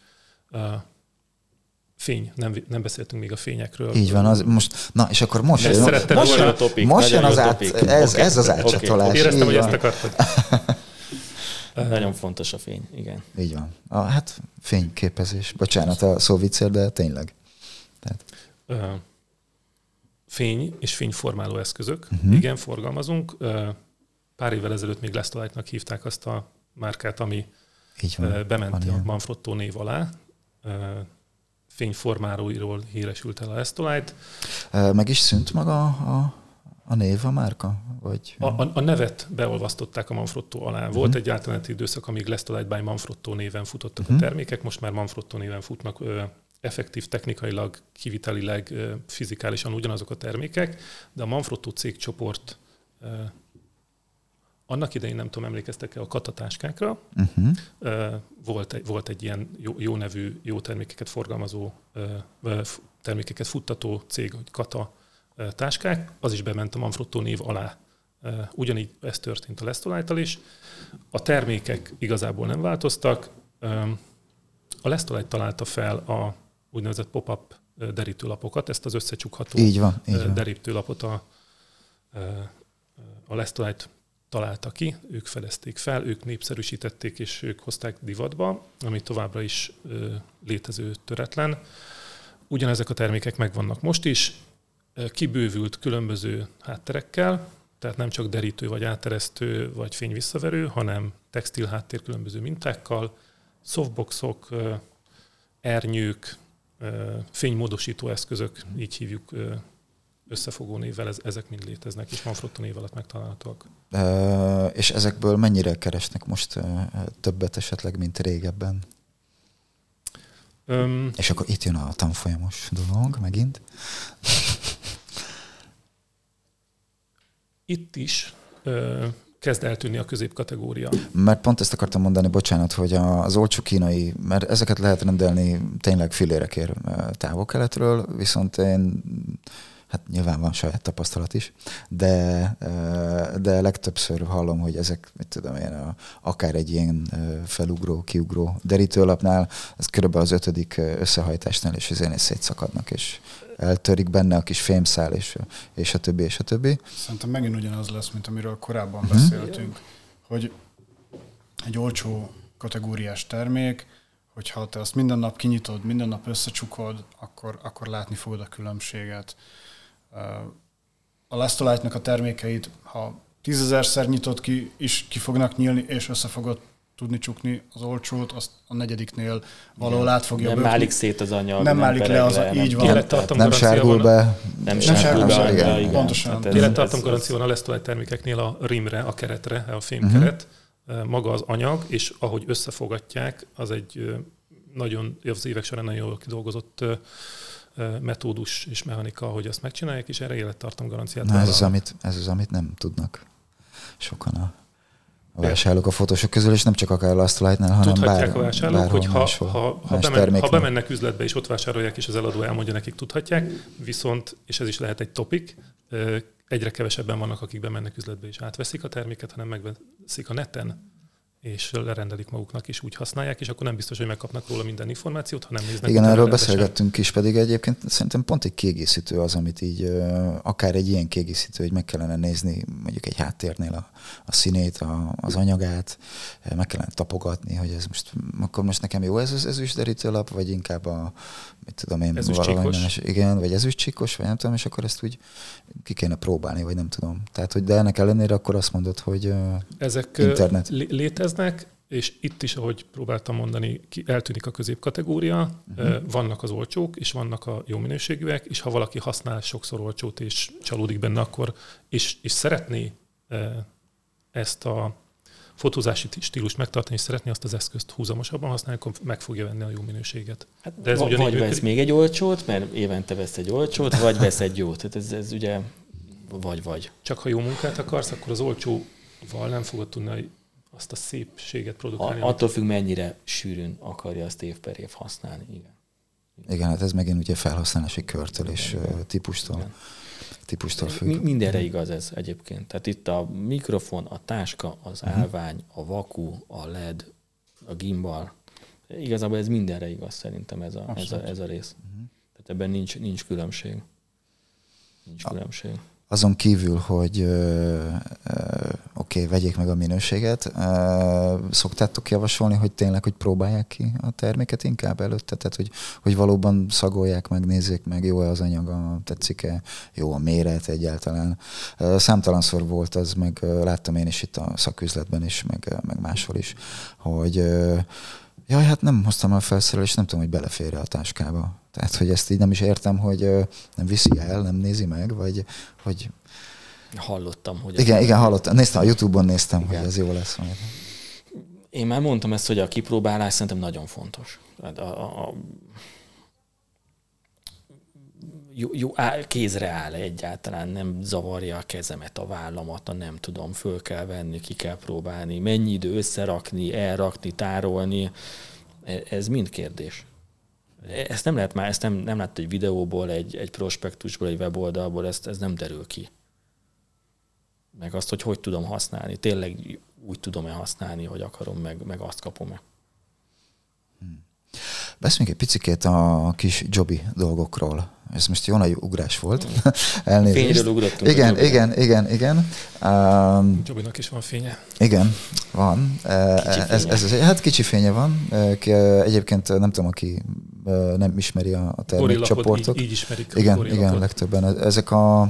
Fény, nem, nem beszéltünk még a fényekről. Így van, az most, na és akkor most jön, most most jön a topik. Most jön az át, ez, okay. ez az átcsatolás. Okay. Éreztem, hogy ezt akartad. Nagyon fontos a fény, igen. Így van. A, hát fényképezés. Bocsánat a szó viccér, de tényleg. Tehát. Uh, fény és fényformáló eszközök. Uh-huh. Igen, forgalmazunk. Uh, pár évvel ezelőtt még Lestolite-nak hívták azt a márkát, ami uh, bement a Manfrotto név alá. Uh, fényformálóiról híresült el a Lestolite. Uh, meg is szűnt maga a, a név, a márka? Vagy... A, a, a nevet beolvasztották a Manfrotto alá. Uh-huh. Volt egy átmeneti időszak, amíg Lestolite by Manfrotto néven futottak uh-huh. a termékek, most már Manfrotto néven futnak uh, effektív, technikailag, kivitelileg, fizikálisan ugyanazok a termékek, de a Manfrotto cégcsoport uh, annak idején, nem tudom, emlékeztek-e a Kata táskákra, uh-huh. uh, volt, egy, volt egy ilyen jó, jó nevű, jó termékeket forgalmazó, uh, termékeket futtató cég, hogy Kata uh, táskák, az is bement a Manfrotto név alá. Uh, ugyanígy ez történt a Lestolite-tal is. A termékek igazából nem változtak. Um, a Lestolite találta fel a úgynevezett pop-up derítőlapokat, ezt az összecsukható így van, így van. derítőlapot a, a Lestolite találta ki, ők fedezték fel, ők népszerűsítették, és ők hozták divatba, ami továbbra is létező töretlen. Ugyanezek a termékek megvannak most is, kibővült különböző hátterekkel, tehát nem csak derítő, vagy átteresztő, vagy fényvisszaverő, hanem textil háttér különböző mintákkal, softboxok, ernyők, fénymódosító eszközök, így hívjuk összefogó névvel, ezek mind léteznek, és Manfrotto név alatt megtalálhatóak. Uh, és ezekből mennyire keresnek most uh, többet esetleg, mint régebben? Um, és akkor itt jön a tanfolyamos dolog megint. Itt is uh, kezd eltűnni a középkategória. Mert pont ezt akartam mondani, bocsánat, hogy az olcsó kínai, mert ezeket lehet rendelni tényleg fillérekért távol-keletről, viszont én, hát nyilván van saját tapasztalat is, de, de legtöbbször hallom, hogy ezek, mit tudom én, a, akár egy ilyen felugró, kiugró derítőlapnál, ez körülbelül az ötödik összehajtásnál, és azért szétszakadnak, és eltörik benne a kis fémszál, és, és a többi, és a többi. Szerintem megint ugyanaz lesz, mint amiről korábban uh-huh. beszéltünk, hogy egy olcsó kategóriás termék, hogyha te azt minden nap kinyitod, minden nap összecsukod, akkor, akkor látni fogod a különbséget. A Lestolite-nak a termékeit, ha tízezerszer nyitod ki, is ki fognak nyílni, és össze fogod tudni csukni az olcsót, azt a negyediknél valahol át fogja Nem válik szét az anyag. Nem válik le az, így van. Nem sárgul be. Nem sárgul be, igen. igen. Pontosan. Élettartam garancia van a Lestolite termékeknél a rímre, a keretre, a fémkeret, uh-huh. maga az anyag, és ahogy összefogatják, az egy nagyon, az évek során nagyon jól kidolgozott metódus és mechanika, hogy azt megcsinálják, és erre élettartam garanciát. Na, ez, az, amit, ez az, amit nem tudnak sokan a a vásárlók a fotósok közül, és nem csak akár a Lestolite-nál, hanem tudhatják bár, a vásárlók, hogy ha, máshol, ha, ha, bemen, ha bemennek üzletbe, és ott vásárolják, és az eladó elmondja nekik, tudhatják, viszont, és ez is lehet egy topik, egyre kevesebben vannak, akik bemennek üzletbe és átveszik a terméket, hanem megveszik a neten, és lerendelik maguknak, és úgy használják, és akkor nem biztos, hogy megkapnak róla minden információt, ha nem néznek. Igen, erről beszélgettünk is, pedig egyébként szerintem pont egy kiegészítő az, amit így, akár egy ilyen kiegészítő, hogy meg kellene nézni mondjuk egy háttérnél a, a színét, a, az anyagát, meg kellene tapogatni, hogy ez most, akkor most nekem jó ez az ezüstderítőlap, vagy inkább a, mit tudom én, valami más, igen, vagy ezüstcsíkos, vagy nem tudom, és akkor ezt úgy ki kéne próbálni, vagy nem tudom. Tehát, hogy de ennek ellenére akkor azt mondod, hogy ezek internet. Léteznek, és itt is, ahogy próbáltam mondani, eltűnik a középkategória, uh-huh. vannak az olcsók, és vannak a jó minőségűek, és ha valaki használ sokszor olcsót, és csalódik benne, akkor, és, és szeretné ezt a fotózási stílust megtartani, és szeretné azt az eszközt húzamosabban használni, akkor meg fogja venni a jó minőséget. Hát de ez v- vagy vesz még egy olcsót, mert évente vesz egy olcsót, vagy vesz egy jót. Tehát ez, ez ugye vagy-vagy. Csak ha jó munkát akarsz, akkor az olcsóval nem fogod tudni azt a szépséget produkálni. A, attól függ, mennyire sűrűn akarja azt év per év használni. Igen, Igen, hát ez megint ugye felhasználási körtől és típustól. Igen. típustól függ. Mindenre igaz ez egyébként. Tehát itt a mikrofon, a táska, az uh-huh. állvány, a vaku, a led, a gimbal. Igazából ez mindenre igaz szerintem ez a, ez a, ez a rész. Uh-huh. Tehát ebben nincs, nincs különbség. Nincs a, különbség. Azon kívül, hogy ö, ö, oké, okay, vegyék meg a minőséget, ö, szoktátok javasolni, hogy tényleg, hogy próbálják ki a terméket inkább előtte? Tehát, hogy, hogy valóban szagolják meg, nézzék meg, jó-e az anyaga, tetszik-e, jó a méret egyáltalán. Számtalanszor volt az, meg láttam én is itt a szaküzletben is, meg, meg máshol is, hogy ö, jaj, hát nem hoztam el felszerelést, nem tudom, hogy belefér a táskába. Tehát, hogy ezt így nem is értem, hogy nem viszi el, nem nézi meg, vagy hogy... Hallottam, hogy... Igen, igen, hallottam. Néztem, a YouTube-on néztem, igen. Hogy ez jó lesz. Én már mondtam ezt, hogy a kipróbálás szerintem nagyon fontos. A, a, a, jó, jó, kézre áll egyáltalán, nem zavarja a kezemet, a vállamat, nem tudom, föl kell venni, ki kell próbálni, mennyi idő összerakni, elrakni, tárolni, ez mind kérdés. Ezt nem lehet már, ezt nem, nem lehet egy videóból, egy, egy prospektusból, egy weboldalból, ezt, ez nem derül ki. Meg azt, hogy hogy tudom használni. Tényleg úgy tudom-e használni, hogy akarom, meg, meg azt kapom-e. Hmm. Beszéljünk egy picikét a kis jobbi dolgokról. Ez most jó nagy ugrás volt. Elnézést. Fényről ugrottunk. Igen, igen, igen, igen. Um, Jobbinak is van fénye. Igen, van. Kicsi ez, ez, ez, hát kicsi fénye van. Egyébként nem tudom, aki nem ismeri a termékcsoportot. Így, így ismerik. Igen, igen, legtöbben. Ezek a...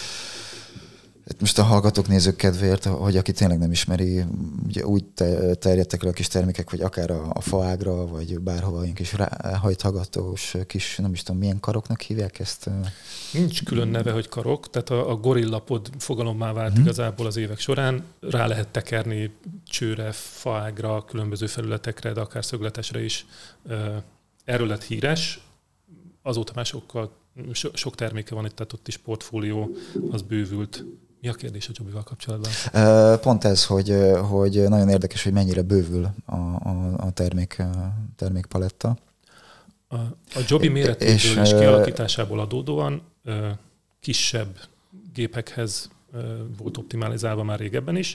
Most a hallgatók, nézők kedvéért, hogy aki tényleg nem ismeri, ugye úgy terjedtek le a kis termékek, hogy akár a, a faágra, vagy bárhova ilyen kis hajthallgatós kis, nem is tudom, milyen karoknak hívják ezt? Nincs külön neve, hogy karok, tehát a, a gorillapod fogalommá vált hmm. igazából az évek során. Rá lehet tekerni csőre, faágra, különböző felületekre, de akár szögletesre is. Erről lett híres. Azóta már sokkal, so, sok terméke van itt, tehát ott is portfólió, az bővült. Mi a kérdés a Jobbival kapcsolatban? Pont ez, hogy, hogy nagyon érdekes, hogy mennyire bővül a, a, a termék, termékpaletta. A, a Jobbi méretéből és, és kialakításából adódóan kisebb gépekhez volt optimalizálva már régebben is,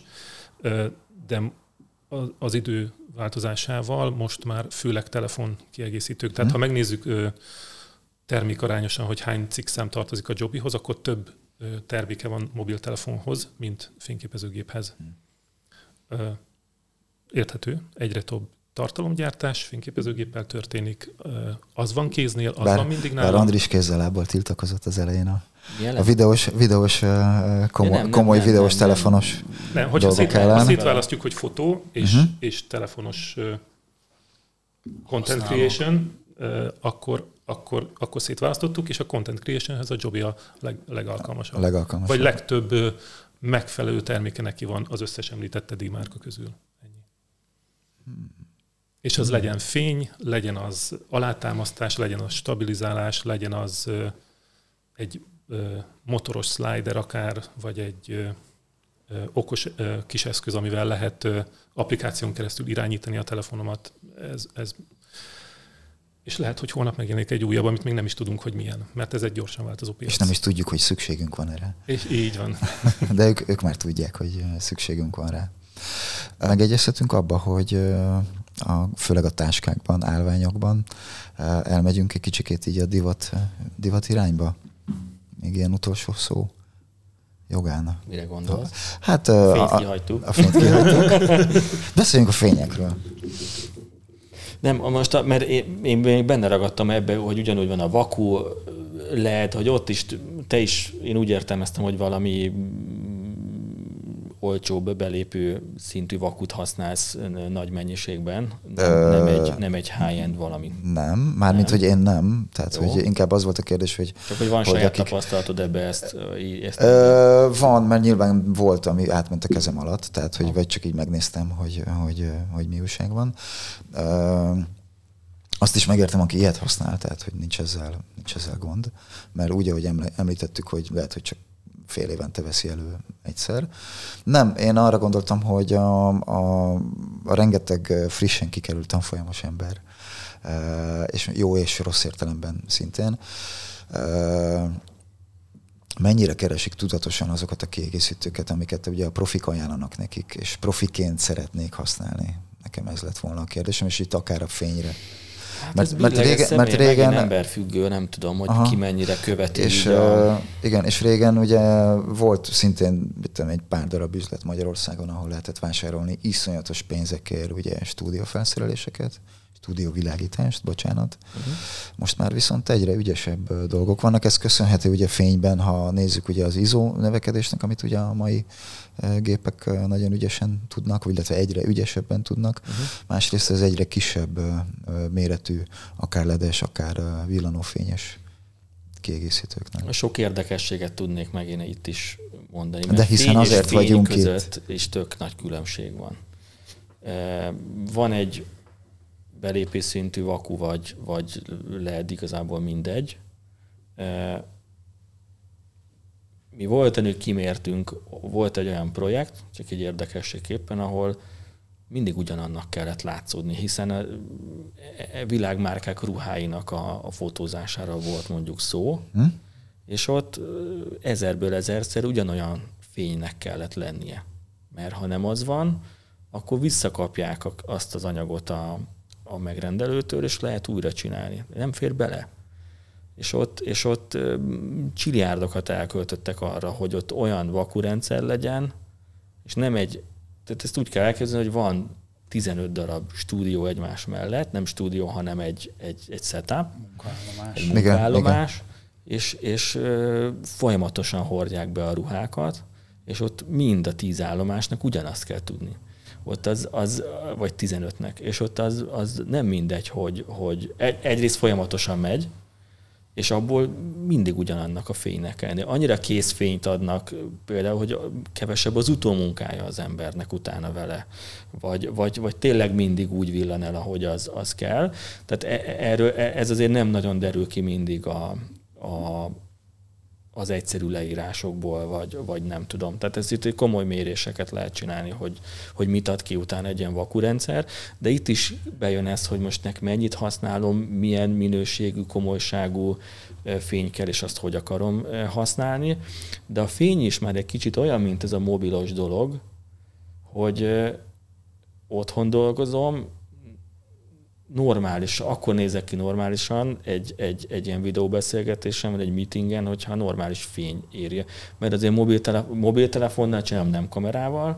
de az idő változásával most már főleg telefon kiegészítők. Tehát hmm. ha megnézzük termékarányosan, hogy hány cikkszám tartozik a Jobbihoz, akkor több terméke van mobiltelefonhoz, mint fényképezőgéphez. Hmm. Érthető, egyre több tartalomgyártás fényképezőgéppel történik. Az van kéznél, az bár, van mindig nálam. Bár Andris kézzel lábbal tiltakozott az elején a, a videós, videós komoly, nem, komoly nem, videós nem, telefonos nem, nem. Hogyha szét, ha szétválasztjuk, hogy fotó és, uh-huh. és telefonos uh, content creation, uh, akkor Akkor, akkor szétválasztottuk, és a content creationhez a Jobbi a leg, legalkalmasabb. A legalkalmasabb. Vagy legtöbb ö, megfelelő terméke neki van az összes említett eddig márka közül. Ennyi. Hmm. És az hmm. legyen fény, legyen az alátámasztás, legyen az stabilizálás, legyen az ö, egy ö, motoros slider akár, vagy egy ö, ö, okos ö, kis eszköz, amivel lehet ö, applikáción keresztül irányítani a telefonomat. Ez... ez És lehet, hogy holnap megjelenik egy újabb, amit még nem is tudunk, hogy milyen, mert ez egy gyorsan változó piac. És nem is tudjuk, hogy szükségünk van erre. És így van. De ők, ők már tudják, hogy szükségünk van rá. Megegyezhetünk abba, hogy a, főleg a táskákban, állványokban elmegyünk egy kicsikét így a divat, divat irányba? Még ilyen utolsó szó jogán. Mire gondolsz? Hát a fényt a, kihagytuk. A, a fényt kihagytuk. Beszéljünk a fényekről. Nem, most, mert én, én még benne ragadtam ebbe, hogy ugyanúgy van a vaku, lehet, hogy ott is, te is, én úgy értelmeztem, hogy valami olcsóbb belépő szintű vakut használsz nagy mennyiségben, nem, Ö... nem, egy, nem egy high-end valami. Nem, mármint, hogy én nem. Tehát, jó. Hogy inkább az volt a kérdés, hogy... Csak, hogy van hogy saját akik... tapasztalatod ebbe ezt? ezt Ö, van, mert nyilván volt, ami átment a kezem alatt, tehát, hogy vagy csak így megnéztem, hogy, hogy, hogy mi újság van. Ö, azt is megértem, aki ilyet használ, tehát, hogy nincs ezzel, nincs ezzel gond. Mert úgy, ahogy említettük, hogy lehet, hogy csak fél évente veszi elő egyszer. Nem, én arra gondoltam, hogy a, a, a rengeteg frissen kikerült tanfolyamos ember, és jó és rossz értelemben szintén, mennyire keresik tudatosan azokat a kiegészítőket, amiket ugye a profik ajánlanak nekik, és profiként szeretnék használni. Nekem ez lett volna a kérdésem, és itt akár a fényre. Hát mert, mert, régen, mert régen emberfüggő, nem tudom, hogy aha, ki mennyire követi. És, a... uh, igen, és régen ugye volt szintén tudom, egy pár darab üzlet Magyarországon, ahol lehetett vásárolni iszonyatos pénzekért ugye stúdiófelszereléseket, stúdióvilágítást, bocsánat. Uh-huh. Most már viszont egyre ügyesebb dolgok vannak. Ez köszönhető ugye fényben, ha nézzük ugye az i es o növekedésnek, amit ugye a mai gépek nagyon ügyesen tudnak, illetve egyre ügyesebben tudnak. Uh-huh. Másrészt ez egyre kisebb méretű, akár ledes, akár villanófényes kiegészítőknek. Sok érdekességet tudnék meg én itt is mondani. De hiszen azért vagyunk között itt. És tök nagy különbség van. Van egy belépő szintű vaku, vagy, vagy lehet igazából mindegy. Mi volt, hogy kimértünk, volt egy olyan projekt, csak egy érdekességképpen, ahol mindig ugyanannak kellett látszódni, hiszen a világmárkák ruháinak a, a fotózására volt mondjuk szó, hm? És ott ezerből ezerszer ugyanolyan fénynek kellett lennie. Mert ha nem az van, akkor visszakapják azt az anyagot a, a megrendelőtől, és lehet újra csinálni. Nem fér bele. És ott, és ott csiliárdokat elköltöttek arra, hogy ott olyan vakurendszer legyen, és nem egy, tehát ezt úgy kell elképzelni, hogy van tizenöt darab stúdió egymás mellett, nem stúdió, hanem egy, egy, egy setup, munkaállomás, egy munkaállomás, és, és ö, folyamatosan hordják be a ruhákat, és ott mind a tíz állomásnak ugyanazt kell tudni. Ott az, az vagy tizenötnek, és ott az, az nem mindegy, hogy, hogy egy, egyrészt folyamatosan megy, és abból mindig ugyanannak a fénynek kell lenni. Annyira kész fényt adnak például, hogy kevesebb az utómunkája az embernek utána vele. Vagy, vagy, vagy tényleg mindig úgy villan el, ahogy az, az kell. Tehát erről, ez azért nem nagyon derül ki mindig a, a, az egyszerű leírásokból, vagy, vagy nem tudom. Tehát ez itt komoly méréseket lehet csinálni, hogy, hogy mit ad ki utána egy ilyen vakurendszer, de itt is bejön ez, hogy most nek mennyit használom, milyen minőségű, komolyságú fény kell, és azt hogy akarom használni. De a fény is már egy kicsit olyan, mint ez a mobilos dolog, hogy otthon dolgozom, normális, akkor nézek ki normálisan egy, egy, egy ilyen videóbeszélgetésen, vagy egy meetingen, hogyha normális fény érje. Mert azért mobiltelef- mobiltelefonnal csinálom, nem kamerával.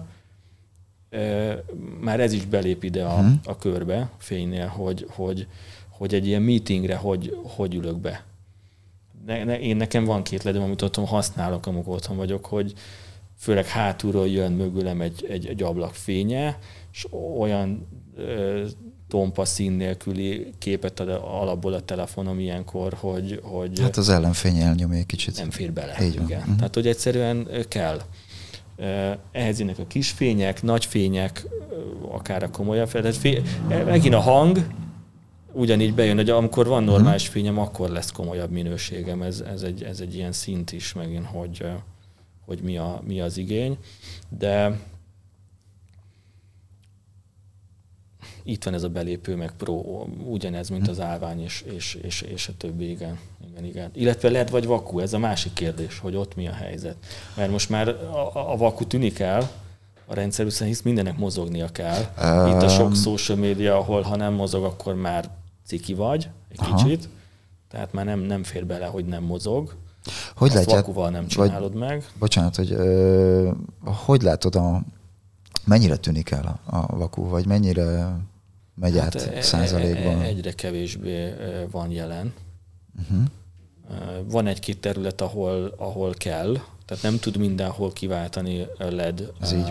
Már ez is belép ide a, hmm. a körbe fénynél, hogy, hogy, hogy egy ilyen meetingre hogy, hogy ülök be. Ne, ne, én nekem van két ledem, amit otthon használok, amikor otthon vagyok, hogy főleg hátulról jön mögülem egy, egy, egy ablak fénye, és olyan ö, tompa szín nélküli képet ad alapból a telefonom ilyenkor, hogy, hogy... Hát az ellenfény elnyomja egy kicsit. Nem fér bele. Így van. Igen. Uh-huh. Tehát, hogy egyszerűen kell. Ehhez jönnek a kis fények, nagy fények, akár a komolyabb. Tehát fény, megint a hang ugyanígy bejön, hogy amikor van normális uh-huh. fényem, akkor lesz komolyabb minőségem. Ez, ez, egy, ez egy ilyen szint is megint, hogy, hogy mi, a, mi az igény. De itt van ez a belépő, meg pro, ugyanez, mint az állvány, és, és, és, és a többi, igen. igen, igen. Illetve led vagy vaku, ez a másik kérdés, hogy ott mi a helyzet. Mert most már a, a vaku tűnik el a rendszerűen, hisz mindennek mozognia kell. Um, itt a sok social media, ahol ha nem mozog, akkor már ciki vagy, egy aha. kicsit. Tehát már nem, nem fér bele, hogy nem mozog. Hogy Azt látját, vakuval nem csinálod vagy, meg. Bocsánat, hogy ö, hogy látod, a, mennyire tűnik el a, a vaku, vagy mennyire megy hát át százalékban? Egyre kevésbé van jelen. Uh-huh. Van egy-két terület, ahol, ahol kell, tehát nem tud mindenhol kiváltani led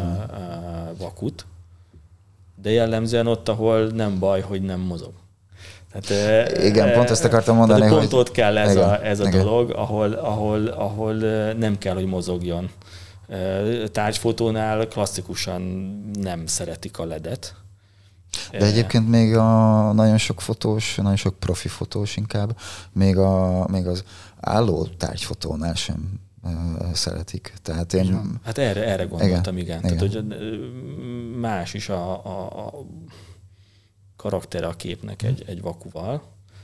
vakut, de jellemzően ott, ahol nem baj, hogy nem mozog. Tehát, igen, pont ezt akartam mondani, hogy... Pont ott kell ez igen, a, ez a dolog, ahol, ahol, ahol nem kell, hogy mozogjon. Tárgyfotónál klasszikusan nem szeretik a ledet. De egyébként még a nagyon sok fotós, nagyon sok profi fotós inkább, még, a, még az álló tárgyfotónál sem uh, szeretik. Tehát én... Hát erre, erre gondoltam, igen. igen. Tehát, hogy más is a, a, a karaktere a képnek egy, egy vakuval.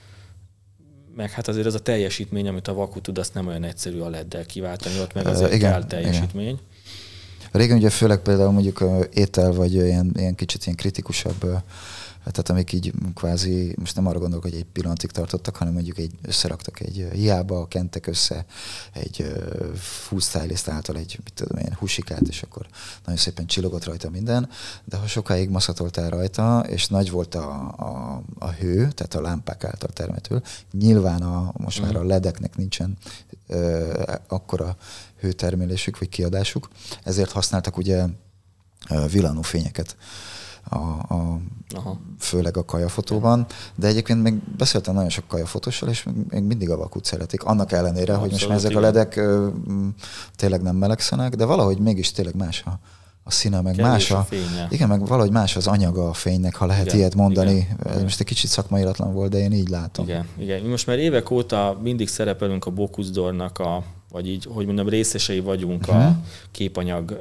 Meg hát azért az a teljesítmény, amit a vaku tud, azt nem olyan egyszerű a leddel kiváltani, ott meg azért uh, igen, kell teljesítmény. Igen. Régen ugye főleg például mondjuk uh, étel, vagy ilyen, ilyen kicsit ilyen kritikusabb, uh, tehát amik így kvázi, most nem arra gondolok, hogy egy pillanatig tartottak, hanem mondjuk egy, összeraktak egy uh, hiába, kentek össze egy uh, food stylist által egy, mit tudom én, husikát, és akkor nagyon szépen csillogott rajta minden, de ha sokáig maszatoltál rajta, és nagy volt a, a, a hő, tehát a lámpák által termető, nyilván a, most mm. már a ledeknek nincsen uh, akkora hőtermelésük vagy kiadásuk, ezért használtak ugye villanófényeket, a, a, főleg a kajafotóban, de egyébként még beszéltem nagyon sok kajafotóssal, és még mindig a vakut szeretik, annak ellenére, abszolút, hogy most már ezek igen. a ledek ö, tényleg nem melegszenek, de valahogy mégis tényleg más a, a színe, meg Kevés más a, a fénye. Igen, meg valahogy más az anyaga a fénynek, ha lehet igen, ilyet mondani. Igen. Most egy kicsit szakmairatlan volt, de én így látom. Igen, igen. Most már évek óta mindig szerepelünk a Bocuse-d'Ornak a vagy így, hogy mondom, részesei vagyunk uh-huh. a képanyag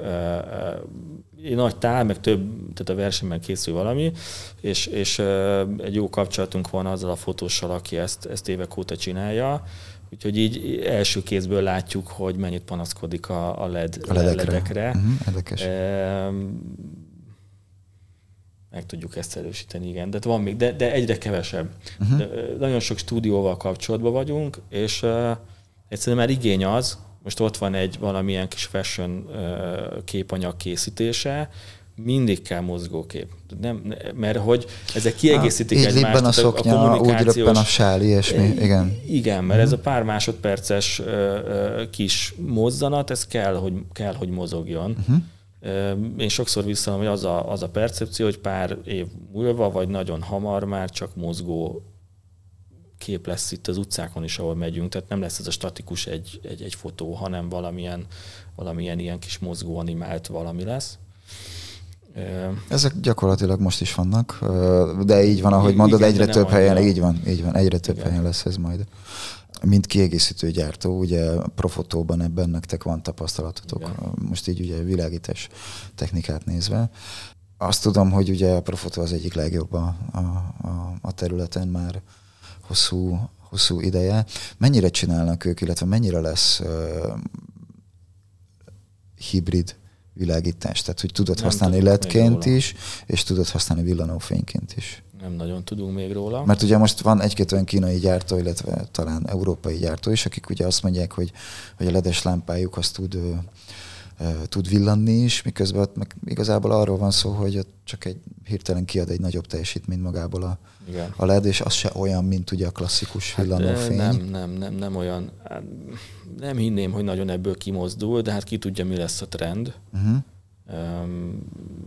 uh, nagy tál, meg több, tehát a versenyben készül valami, és, és uh, egy jó kapcsolatunk van azzal a fotóssal, aki ezt, ezt évek óta csinálja, úgyhogy így első kézből látjuk, hogy mennyit panaszkodik a, a led a ledekre. ledekre. Uh-huh. Érdekes. Uh, meg tudjuk ezt erősíteni, igen. De van még, de, de egyre kevesebb. Uh-huh. De, uh, nagyon sok stúdióval kapcsolatban vagyunk, és uh, egyszerűen már igény az, most ott van egy valamilyen kis fashion képanyag készítése, mindig kell mozgókép. Nem, mert hogy ezek kiegészítik így egymást. Így a szoknya, a úgy röppen a sál, ilyesmi. Igen. Igen, mert uh-huh. ez a pár másodperces kis mozzanat, ez kell, hogy, kell, hogy mozogjon. Uh-huh. Én sokszor visszanom, hogy az a, az a percepció, hogy pár év múlva, vagy nagyon hamar már csak mozgó kép lesz itt az utcákon is, ahol megyünk, tehát nem lesz ez a statikus egy, egy, egy fotó, hanem valamilyen, valamilyen ilyen kis mozgó animált valami lesz. Ezek gyakorlatilag most is vannak, de így van, ahogy igen, mondod, egyre több helyen, így van, így van, egyre több igen. helyen lesz ez majd. Mint kiegészítő gyártó, ugye Profotóban ebben nektek van tapasztalatotok, igen. most így ugye világítás technikát nézve. Azt tudom, hogy ugye a Profotó az egyik legjobb a, a, a területen már hosszú, hosszú ideje. Mennyire csinálnak ők, illetve mennyire lesz uh, hibrid világítás? Tehát, hogy tudod nem használni ledként is, és tudod használni villanófényként is. Nem nagyon tudunk még róla. Mert ugye most van egy-két olyan kínai gyártó, illetve talán európai gyártó is, akik ugye azt mondják, hogy, hogy a ledes lámpájuk azt tud, uh, uh, tud villanni is, miközben ott meg igazából arról van szó, hogy ott csak egy hirtelen kiad egy nagyobb teljesítményt magából a, a led, és az se olyan, mint ugye a klasszikus hát villanófény. Nem, nem, nem, nem olyan. Nem hinném, hogy nagyon ebből kimozdul, de hát ki tudja, mi lesz a trend. Uh-huh. Um,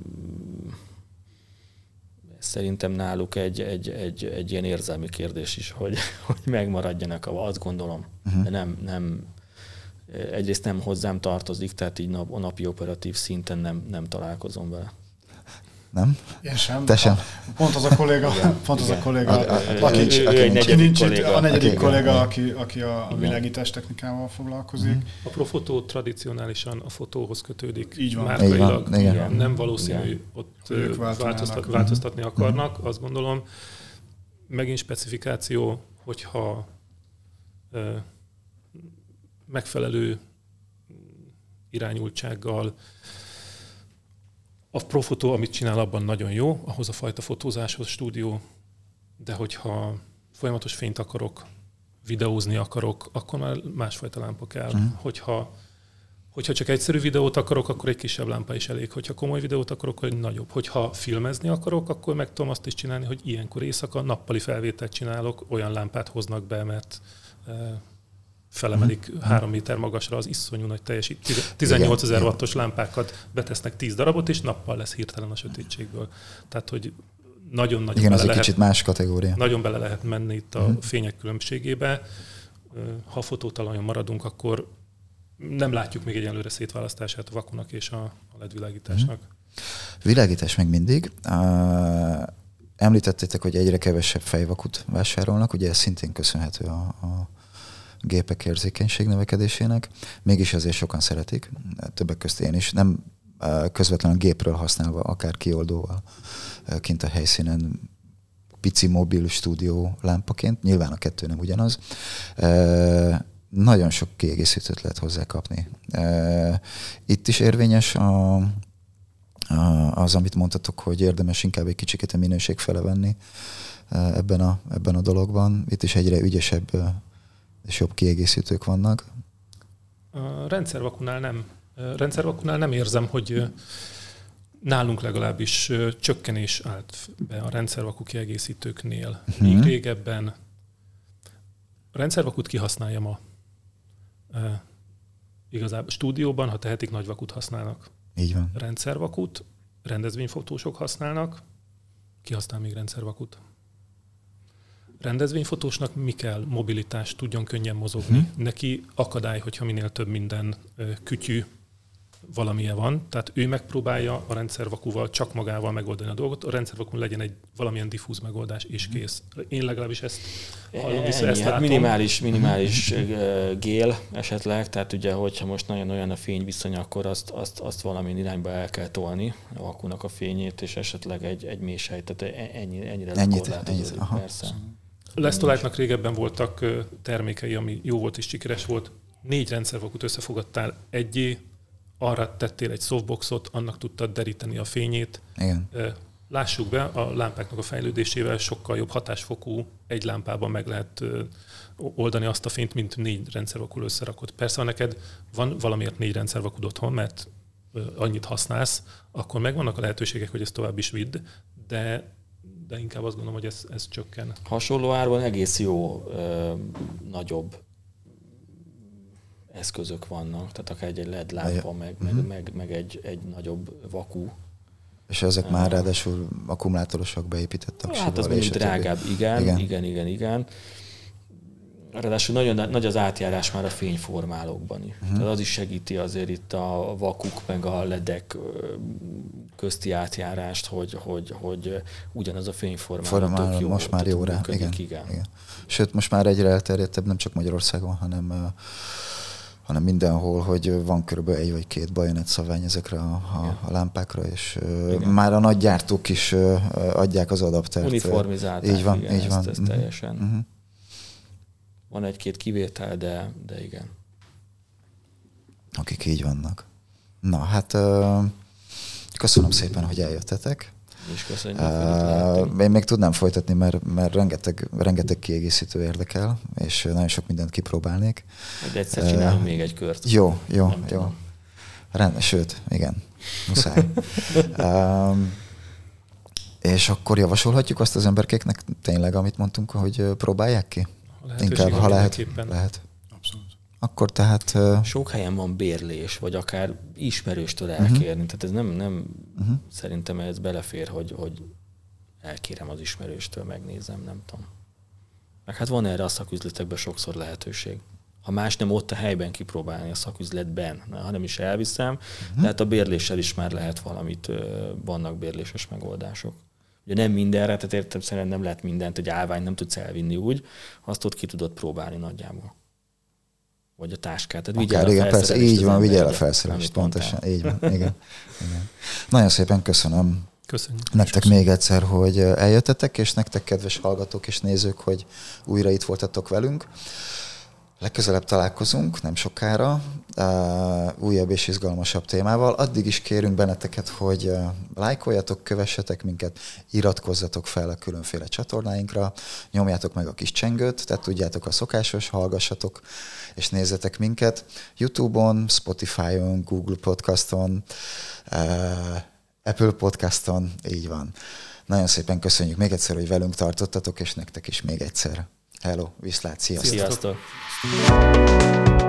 szerintem náluk egy, egy, egy, egy ilyen érzelmi kérdés is, hogy, hogy megmaradjanak, azt gondolom. Uh-huh. De nem, nem, egyrészt nem hozzám tartozik, tehát így nap, a napi operatív szinten nem, nem találkozom vele. Nem? Én sem. Te sem. Pont az a kolléga, Igen. pont az Igen. a kolléga, A- a- aki, aki- ő, aki ő egy nincs- negyedik nincs itt, kolléga. a negyedik Aki- kolléga, igen. aki, aki a Igen. világítás technikával foglalkozik. Mhm. A Profotó tradicionálisan a fotóhoz kötődik. Így van. Márkailag. Így van, igen. Igen. Nem valószínű, Igen. hogy ott Hogy ők ö, váltanának. változtat, változtatni akarnak, azt gondolom. Megint specifikáció, hogyha ö, megfelelő irányultsággal a Profotó, amit csinál, abban nagyon jó, ahhoz a fajta fotózáshoz stúdió, de hogyha folyamatos fényt akarok, videózni akarok, akkor már másfajta lámpa kell. Mhm. Hogyha, hogyha csak egyszerű videót akarok, akkor egy kisebb lámpa is elég. Hogyha komoly videót akarok, akkor egy nagyobb. Hogyha filmezni akarok, akkor meg tudom azt is csinálni, hogy ilyenkor éjszaka nappali felvételt csinálok, olyan lámpát hoznak be, mert e, felemelik Mhm. három méter magasra az iszonyú nagy teljesítmény. tizennyolcezer Igen. wattos lámpákat betesznek tíz darabot, és nappal lesz hirtelen a sötétségből. Tehát, hogy nagyon-nagyon Igen, bele az egy lehet, kicsit más kategória. nagyon bele lehet menni itt a Mhm. fények különbségébe. Ha fotótalajon maradunk, akkor nem látjuk még egyenlőre szétválasztását a vakunak és a a led világításnak. Világítás meg mindig. Uh, említettétek, hogy egyre kevesebb fejvakut vásárolnak, ugye ez szintén köszönhető a, a gépek érzékenység növekedésének. Mégis azért sokan szeretik, többek közt én is. Nem uh, közvetlenül gépről használva, akár kioldóval uh, kint a helyszínen, pici mobil stúdió lámpaként, nyilván a kettő nem ugyanaz. Uh, nagyon sok kiegészítőt lehet hozzá kapni. Uh, itt is érvényes a, a, az, amit mondtatok, hogy érdemes inkább egy kicsikét a minőség fele venni uh, ebben a, ebben a dologban. Itt is egyre ügyesebb uh, és jobb kiegészítők vannak. A rendszervakunál nem, a rendszervakunál nem érzem, hogy nálunk legalábbis csökkenés állt be a rendszervaku kiegészítőknél. Uh-huh. Még régebben a rendszervakut kihasználja ma. E, igazából stúdióban, ha tehetik, nagy vakut használnak. Így van. Rendszervakut, rendezvényfotósok használnak, kihasznál még rendszervakut. Rendezvényfotósnak mi kell? Mobilitás, tudjon könnyen mozogni. Uh-huh. Neki akadály, hogyha minél több minden kütyű valamilyen van. Tehát ő megpróbálja a rendszervakuval csak magával megoldani a dolgot. A rendszervakun legyen egy valamilyen diffúz megoldás, és kész. Én legalábbis ezt hallom vissza, ezt hát látom. minimális, minimális uh, gél esetleg, tehát ugye, hogyha most nagyon olyan a fényviszony, akkor azt, azt, azt valamilyen irányba el kell tolni a vakunak a fényét, és esetleg egy, egy mélysej, tehát ennyi, ennyire Ennyit, korlátozik, ennyit, persze. Lesztolájtnak régebben voltak termékei, ami jó volt és sikeres volt. Négy rendszervakut összefogadtál egyé, arra tettél egy softboxot, annak tudtad deríteni a fényét. Igen. Lássuk be, a lámpáknak a fejlődésével sokkal jobb hatásfokú egy lámpában meg lehet oldani azt a fényt, mint négy rendszervakul összerakott. Persze, ha neked van valamiért négy rendszervakud otthon, mert annyit használsz, akkor megvannak a lehetőségek, hogy ezt tovább is vidd, de, de inkább azt gondolom, hogy ez, ez csökken. Hasonló árban egész jó, ö, nagyobb eszközök vannak, tehát akár egy led lámpa, meg, uh-huh. meg, meg, meg egy, egy nagyobb vaku. És ezek uh, már ráadásul akkumulátorosak beépített aksival. Hát az mondjuk drágább, igen, igen, igen, igen, igen. Ráadásul nagyon nagy az átjárás már a fényformálókban is. Uh-huh. Tehát az is segíti azért itt a vakuk meg a ledek közti átjárást, hogy, hogy, hogy ugyanaz a fényformáló tök jó. Most már jó rá. Működik, igen, igen. igen. Sőt, most már egyre elterjedtebb, nem csak Magyarországon, hanem hanem mindenhol, hogy van körülbelül egy vagy két bajonett szabvány ezekre a, a, a lámpákra, és igen. Már a nagy gyártók is adják az adaptert. Uniformizálták, így van, igen, így van. ezt, ezt uh-huh. teljesen. Uh-huh. Van egy-két kivétel, de, de igen. Akik így vannak. Na, hát uh, köszönöm szépen, hogy eljöttetek. És köszönjük, uh, Én még tudnám folytatni, mert, mert rengeteg, rengeteg kiegészítő érdekel, és nagyon sok mindent kipróbálnék. De egyszer csinálunk uh, még egy kört. Jó, jó, Nem jó. Rend, sőt, igen, muszáj. um, és akkor javasolhatjuk azt az emberkéknek tényleg, amit mondtunk, hogy próbálják ki? Inkább, ha lehet. lehet. Abszolút. Akkor tehát... Uh, Sok helyen van bérlés, vagy akár ismerőstől elkérni. Uh-huh. Tehát ez nem, nem uh-huh. szerintem ez belefér, hogy, hogy elkérem az ismerőstől, megnézem, nem tudom. Meg hát van erre a szaküzletekben sokszor lehetőség. ha más nem ott a helyben kipróbálni a szaküzletben, hanem is elviszem, uh-huh. tehát a bérléssel is már lehet valamit, vannak bérléses megoldások. Ugye nem mindenre, tehát értem szerint nem lehet mindent, egy állvány nem tudsz elvinni úgy, azt ott ki tudod próbálni nagyjából. Vagy a táskát. Tehát Akár, igen, persze, így van, vigyel a felszerelést, pontosan, így van, igen, igen. Nagyon szépen köszönöm. Köszönjük. Nektek Köszönjük. még egyszer, hogy eljöttetek, és nektek, kedves hallgatók és nézők, hogy újra itt voltatok velünk. Legközelebb találkozunk, nem sokára, uh, újabb és izgalmasabb témával. Addig is kérünk benneteket, hogy uh, lájkoljatok, kövessetek minket, iratkozzatok fel a különféle csatornáinkra, nyomjátok meg a kis csengőt, tehát tudjátok a szokásos, hallgassatok és nézzetek minket YouTube-on, Spotify-on, Google Podcaston, uh, Apple Podcaston, így van. Nagyon szépen köszönjük még egyszer, hogy velünk tartottatok, és nektek is még egyszer. Hello, viszlát, sziasztok! Sziasztok!